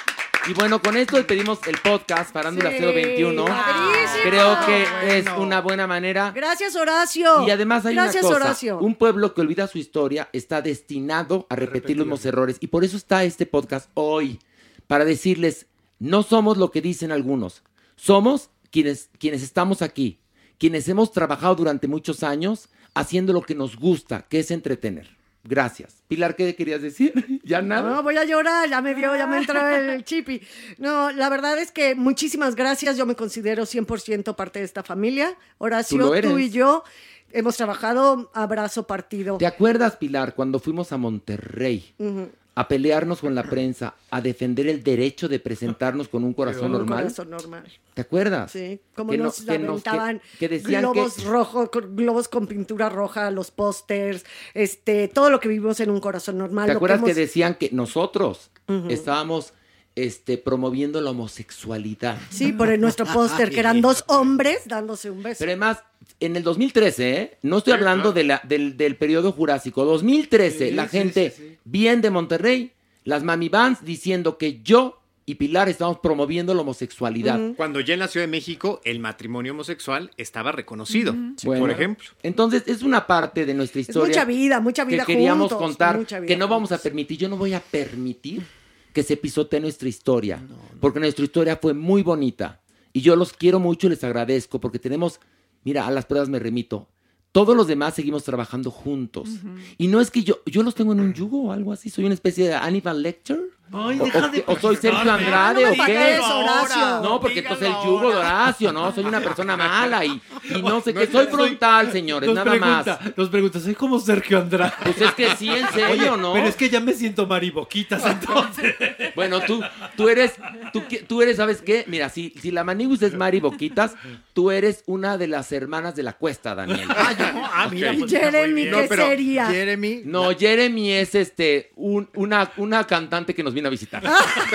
Y bueno, con esto despedimos el podcast Farándula sí, cero veintiuno. Padrísimo. Creo que bueno. es una buena manera. Gracias, Horacio. Y además hay Gracias, una cosa. Horacio. Un pueblo que olvida su historia está destinado a repetir los mismos errores. Y por eso está este podcast hoy. Para decirles, no somos lo que dicen algunos. Somos quienes, quienes estamos aquí. Quienes hemos trabajado durante muchos años haciendo lo que nos gusta, que es entretener. Gracias. Pilar, ¿qué querías decir? ¿Ya nada? No, voy a llorar, ya me dio, ya me entró el chipi. No, la verdad es que muchísimas gracias. Yo me considero cien por ciento parte de esta familia. Horacio, tú, lo eres. tú y yo hemos trabajado a brazo partido. ¿Te acuerdas, Pilar, cuando fuimos a Monterrey? Uh-huh. A pelearnos con la prensa, a defender el derecho de presentarnos con un corazón un normal. corazón normal. ¿Te acuerdas? Sí, como que nos no, aventaban que, que decían globos que... rojos, globos con pintura roja, los pósters, este, todo lo que vivimos en un corazón normal. ¿Te lo acuerdas que, hemos... que decían que nosotros uh-huh. estábamos este, promoviendo la homosexualidad? Sí, por el, nuestro póster, que eran dos hombres dándose un beso. Pero además, en el dos mil trece, ¿eh? No estoy hablando de la, del, del periodo jurásico, dos mil trece, sí, la sí, gente sí, sí. bien de Monterrey, las mami bands diciendo que yo y Pilar estamos promoviendo la homosexualidad. Uh-huh. Cuando ya en la Ciudad de México el matrimonio homosexual estaba reconocido, uh-huh. bueno, por ejemplo. Entonces es una parte de nuestra historia. Es mucha vida, mucha vida que queríamos juntos, contar, mucha vida que no juntos. vamos a permitir. Yo no voy a permitir que se pisotee nuestra historia, no, no. porque nuestra historia fue muy bonita. Y yo los quiero mucho y les agradezco porque tenemos, mira, a las pruebas me remito. Todos los demás seguimos trabajando juntos. Uh-huh. Y no es que yo, yo los tengo en un yugo o algo así. Soy una especie de Hannibal Lecter. Ay, o, deja o, de o soy Sergio Andrade, no ¿o qué? Eso, Horacio. No, porque entonces el yugo de Horacio, ¿no? Soy una persona mala y, y no sé qué. Soy frontal, señores, nos nada pregunta, más. Nos pregunta, ¿soy como Sergio Andrade? Pues es que sí, en serio, Oye, ¿no? Pero es que ya me siento mariboquitas, entonces. Bueno, tú, tú eres, tú, tú eres, ¿sabes qué? Mira, si, si la Maniguis es Mari Boquitas, tú eres una de las hermanas de la Cuesta, Daniel. Ah, no, ah mira, okay. pues Jeremy, ¿qué no, pero sería? Jeremy. No, Jeremy es este un, una, una cantante que nos vino a visitar.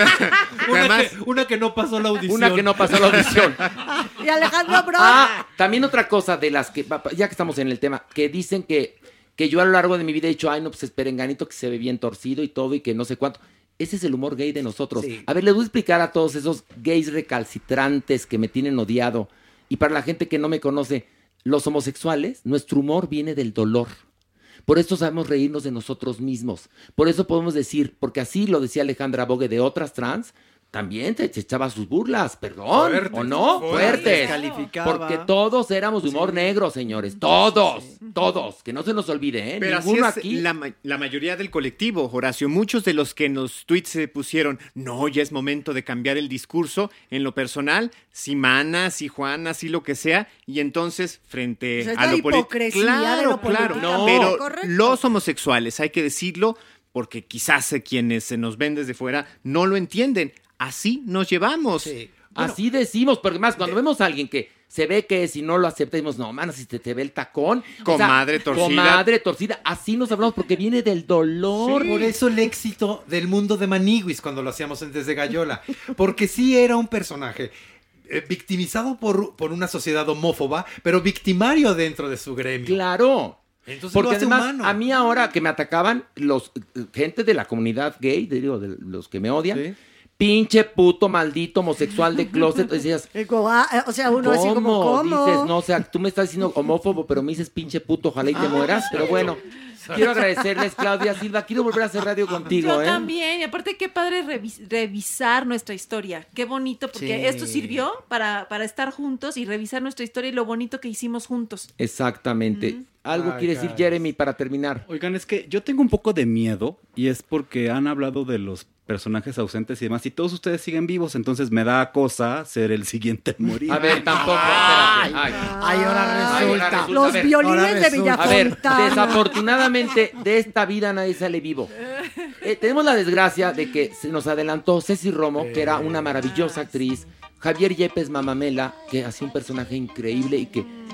una, Además, que, una que no pasó la audición. Una que no pasó la audición. Y Alejandro Bro. Ah, también otra cosa de las que, ya que estamos en el tema, que dicen que, que yo a lo largo de mi vida he dicho, ay, no, pues es perenganito que se ve bien torcido y todo y que no sé cuánto. Ese es el humor gay de nosotros. Sí. A ver, les voy a explicar a todos esos gays recalcitrantes que me tienen odiado. Y para la gente que no me conoce, los homosexuales, nuestro humor viene del dolor. Por eso sabemos reírnos de nosotros mismos. Por eso podemos decir, porque así lo decía Alejandra Bogue de otras trans, también te echaba sus burlas, perdón, fuertes, ¿o no? Fuertes. Porque todos éramos de humor sí. negro, señores. Todos, sí. todos. Que no se nos olvide, ¿eh? Pero Ninguno así es aquí. La, la mayoría del colectivo, Horacio. Muchos de los que en los tweets se pusieron, no, ya es momento de cambiar el discurso. En lo personal, si Mana, si Juana, si lo que sea. Y entonces, frente o sea, a lo político. Claro, de lo claro. No, pero correcto. Los homosexuales, hay que decirlo, porque quizás quienes se nos ven desde fuera no lo entienden. Así nos llevamos. Sí. Bueno, así decimos, porque más cuando de... vemos a alguien que se ve que si no lo acepta, decimos, no, man, si te, te ve el tacón. Comadre o sea, torcida. Comadre torcida. Así nos hablamos porque viene del dolor. Sí. Por eso el éxito del mundo de Maniguis cuando lo hacíamos antes de Gallola. Porque sí era un personaje eh, victimizado por, por una sociedad homófoba, pero victimario dentro de su gremio. Claro. Entonces porque lo hace además, humano. A mí ahora que me atacaban los gente de la comunidad gay, digo, de los que me odian, ¿sí? Pinche puto maldito homosexual de closet, decías, o sea, uno así como, ¿cómo? Dices, no, o sea, tú me estás diciendo homófobo, pero me dices pinche puto, ojalá y te mueras, pero bueno. Quiero agradecerles, Claudia Silva. Quiero volver a hacer radio contigo, Yo ¿eh? también. Y aparte, qué padre revis- revisar nuestra historia. Qué bonito, porque sí. esto sirvió para, para estar juntos y revisar nuestra historia y lo bonito que hicimos juntos. Exactamente. Mm-hmm. Algo Ay, quiere decir Jeremy para terminar. Oigan, es que yo tengo un poco de miedo y es porque han hablado de los personajes ausentes y demás y todos ustedes siguen vivos, entonces me da cosa ser el siguiente en morir. A ver, tampoco. Ay, ay, ay, ahora resulta. Ay, ahora resulta. Los ver, violines de Villafontana. A ver, desafortunadamente de esta vida nadie sale vivo. Eh, tenemos la desgracia de que se nos adelantó Ceci Romo, que era una maravillosa actriz, Javier Yepes Mamamela, que hacía un personaje increíble y que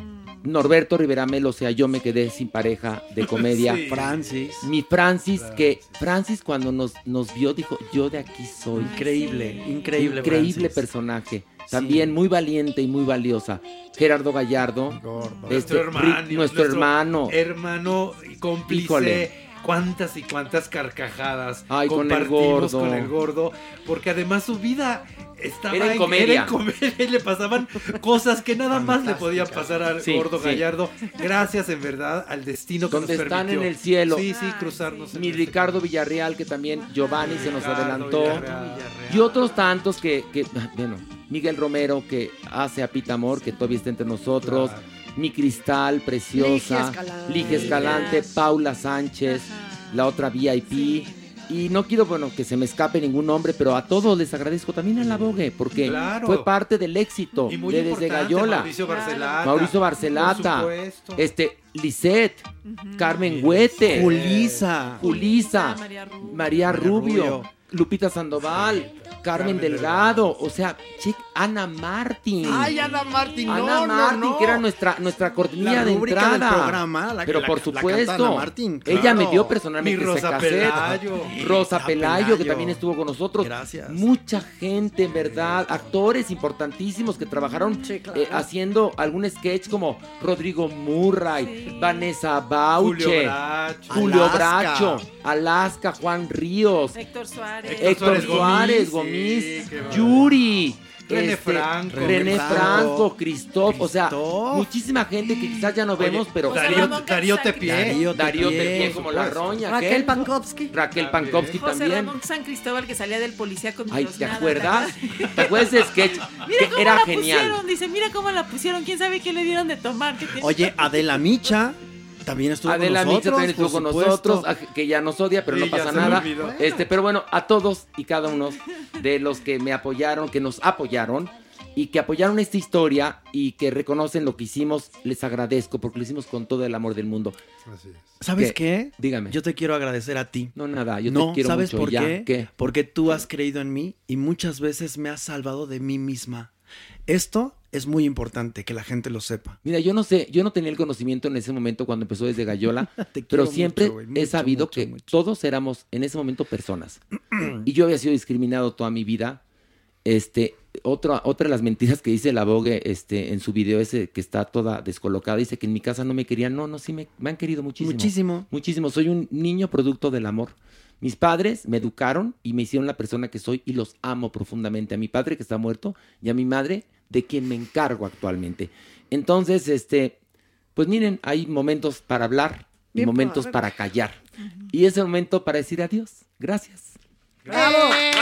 Norberto Rivera Melo, o sea, yo me quedé sin pareja de comedia. Sí. Francis. Mi Francis, que Francis cuando nos, nos vio dijo, yo de aquí soy. Increíble, increíble Increíble Francis. personaje. También muy valiente y muy valiosa. Gerardo Gallardo. Nuestro este, hermano. Rick, nuestro hermano. Hermano y cómplice. Híjole. Cuántas y cuántas carcajadas Ay, con el compartimos gordo. con el gordo. Porque además su vida estaba Era en comedia. Era en comedia y le pasaban cosas que nada más le podían pasar al Sí, gordo sí. Gallardo. Gracias en verdad al destino que Donde nos están permitió. en el cielo. Sí, sí, cruzarnos. Mi Ricardo Villarreal, que también Giovanni se nos Ricardo adelantó. Villarreal. Y otros tantos que, que, bueno, Miguel Romero, que hace a Pita Amor, que todavía está entre nosotros. Mi Cristal, preciosa. Ligia Escalante. Ligia Escalante, Paula Sánchez, la otra V I P. Y no quiero, bueno, que se me escape ningún nombre, pero a todos les agradezco. También a la Vogue, porque Claro. fue parte del éxito Y muy de Desde importante, Gallola. Mauricio Barcelata. Mauricio Barcelata. Por supuesto. Este, Lisette, Carmen Huete. Julisa. Julisa. María Rubio. María Rubio. Rubio. Lupita Sandoval. Carmen Delgado. O sea, chic, Ana Martín. Ay, Ana Martín, no, Ana no, Martín, no. que era nuestra, nuestra cortinilla La de rúbrica entrada. del programa, la- Pero la- por la canta supuesto, Ana Martín, ella claro. me dio personalmente Mi ese Rosa cassette. Pelayo. Rosa Ah, Pelayo, que Pelayo. también estuvo con nosotros. Gracias. Mucha gente, en verdad, actores importantísimos que trabajaron Sí, claro. eh, haciendo algún sketch como Rodrigo Murray, Vanessa Bauche, Julio Bracho. Julio Alaska. Bracho, Alaska, Juan Ríos, Héctor Suárez. Héctor Héctor Suárez Suárez, Gomis, Gomis, sí, qué bárbaro. Yuri, René este, Franco. René René Franco, Franco, Christoph, o sea, Christoph. muchísima gente que quizás ya no Oye, vemos, pero José Darío, Ramón Darío Cansán- Tepié. Darío Darío Tepié, Tepié por como la supuesto. roña, Raquel ¿qué? Pankowski. Raquel También. Pankowski José también. Ramón San Cristóbal, que salía del policía con Ay, Dios ¿te nada, acuerdas? acuerdas? ¿Te acuerdas de ese sketch? Mira Que cómo era la genial. pusieron, dice, mira cómo la pusieron, quién sabe qué le dieron de tomar. ¿Qué tiene? Oye, Adela Micha también estuvo Adela con Micha nosotros. también estuvo por con supuesto. nosotros, a- que ya nos odia, pero Sí, no ya pasa se me nada. olvidó. Este, pero bueno, a todos y cada uno de los que me apoyaron, que nos apoyaron y que apoyaron esta historia y que reconocen lo que hicimos, les agradezco porque lo hicimos con todo el amor del mundo. Así es. ¿Sabes ¿Qué? qué? Dígame. Yo te quiero agradecer a ti. No, nada, yo no, te quiero ¿sabes mucho. por ya. qué? ¿Qué? Porque tú has creído en mí y muchas veces me has salvado de mí misma. Esto es muy importante que la gente lo sepa. Mira, yo no sé, yo no tenía el conocimiento en ese momento cuando empezó desde Gallola, Te pero quiero siempre mucho, güey, he mucho, sabido mucho, que mucho. todos éramos en ese momento personas. Y yo había sido discriminado toda mi vida. Este, otra, otra de las mentiras que dice la Vogue este, en su video ese que está toda descolocada, dice que en mi casa no me querían. No, no, sí me, me han querido muchísimo. Muchísimo. Muchísimo. Soy un niño producto del amor. Mis padres me educaron y me hicieron la persona que soy y los amo profundamente. A mi padre que está muerto y a mi madre de quien me encargo actualmente. Entonces, este, pues miren, hay momentos para hablar y Bien momentos padre. para callar. Y es el momento para decir adiós. Gracias. ¡Bravo!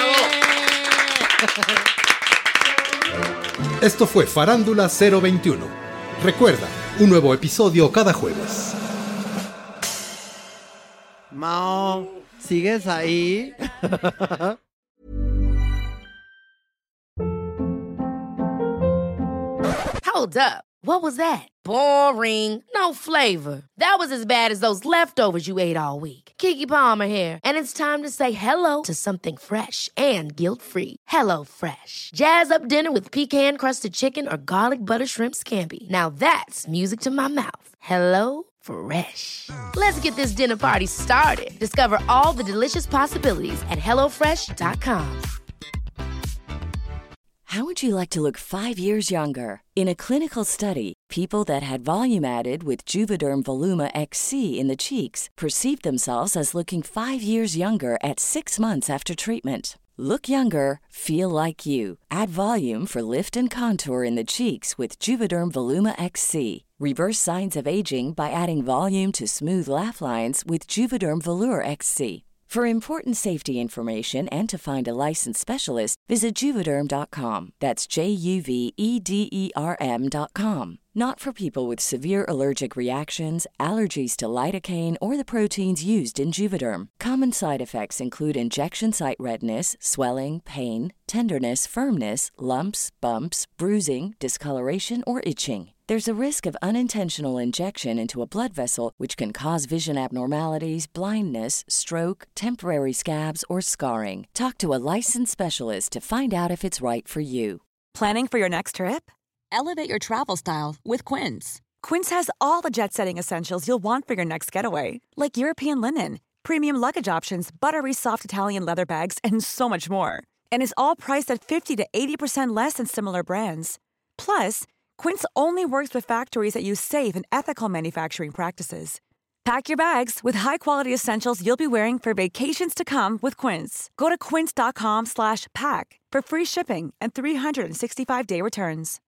Esto fue Farándula cero veintiuno. Recuerda, un nuevo episodio cada jueves. Mao, ¿sigues ahí? Hold up. What was that? Boring. No flavor. That was as bad as those leftovers you ate all week. Keke Palmer here, and it's time to say hello to something fresh and guilt-free. Hello Fresh. Jazz up dinner with pecan-crusted chicken or garlic butter shrimp scampi. Now that's music to my mouth. Hello Fresh. Let's get this dinner party started. Discover all the delicious possibilities at hello fresh dot com. How would you like to look five years younger? In a clinical study, people that had volume added with Juvederm Voluma X C in the cheeks perceived themselves as looking five years younger at six months after treatment. Look younger, feel like you. Add volume for lift and contour in the cheeks with Juvederm Voluma X C. Reverse signs of aging by adding volume to smooth laugh lines with Juvederm Volure X C. For important safety information and to find a licensed specialist, visit Juvederm dot com. That's J U V E D E R M dot com. Not for people with severe allergic reactions, allergies to lidocaine, or the proteins used in Juvederm. Common side effects include injection site redness, swelling, pain, tenderness, firmness, lumps, bumps, bruising, discoloration, or itching. There's a risk of unintentional injection into a blood vessel, which can cause vision abnormalities, blindness, stroke, temporary scabs, or scarring. Talk to a licensed specialist to find out if it's right for you. Planning for your next trip? Elevate your travel style with Quince. Quince has all the jet-setting essentials you'll want for your next getaway, like European linen, premium luggage options, buttery soft Italian leather bags, and so much more. And is all priced at fifty to eighty percent less than similar brands. Plus, Quince only works with factories that use safe and ethical manufacturing practices. Pack your bags with high-quality essentials you'll be wearing for vacations to come with Quince. Go to quince.com slash pack for free shipping and three sixty-five day returns.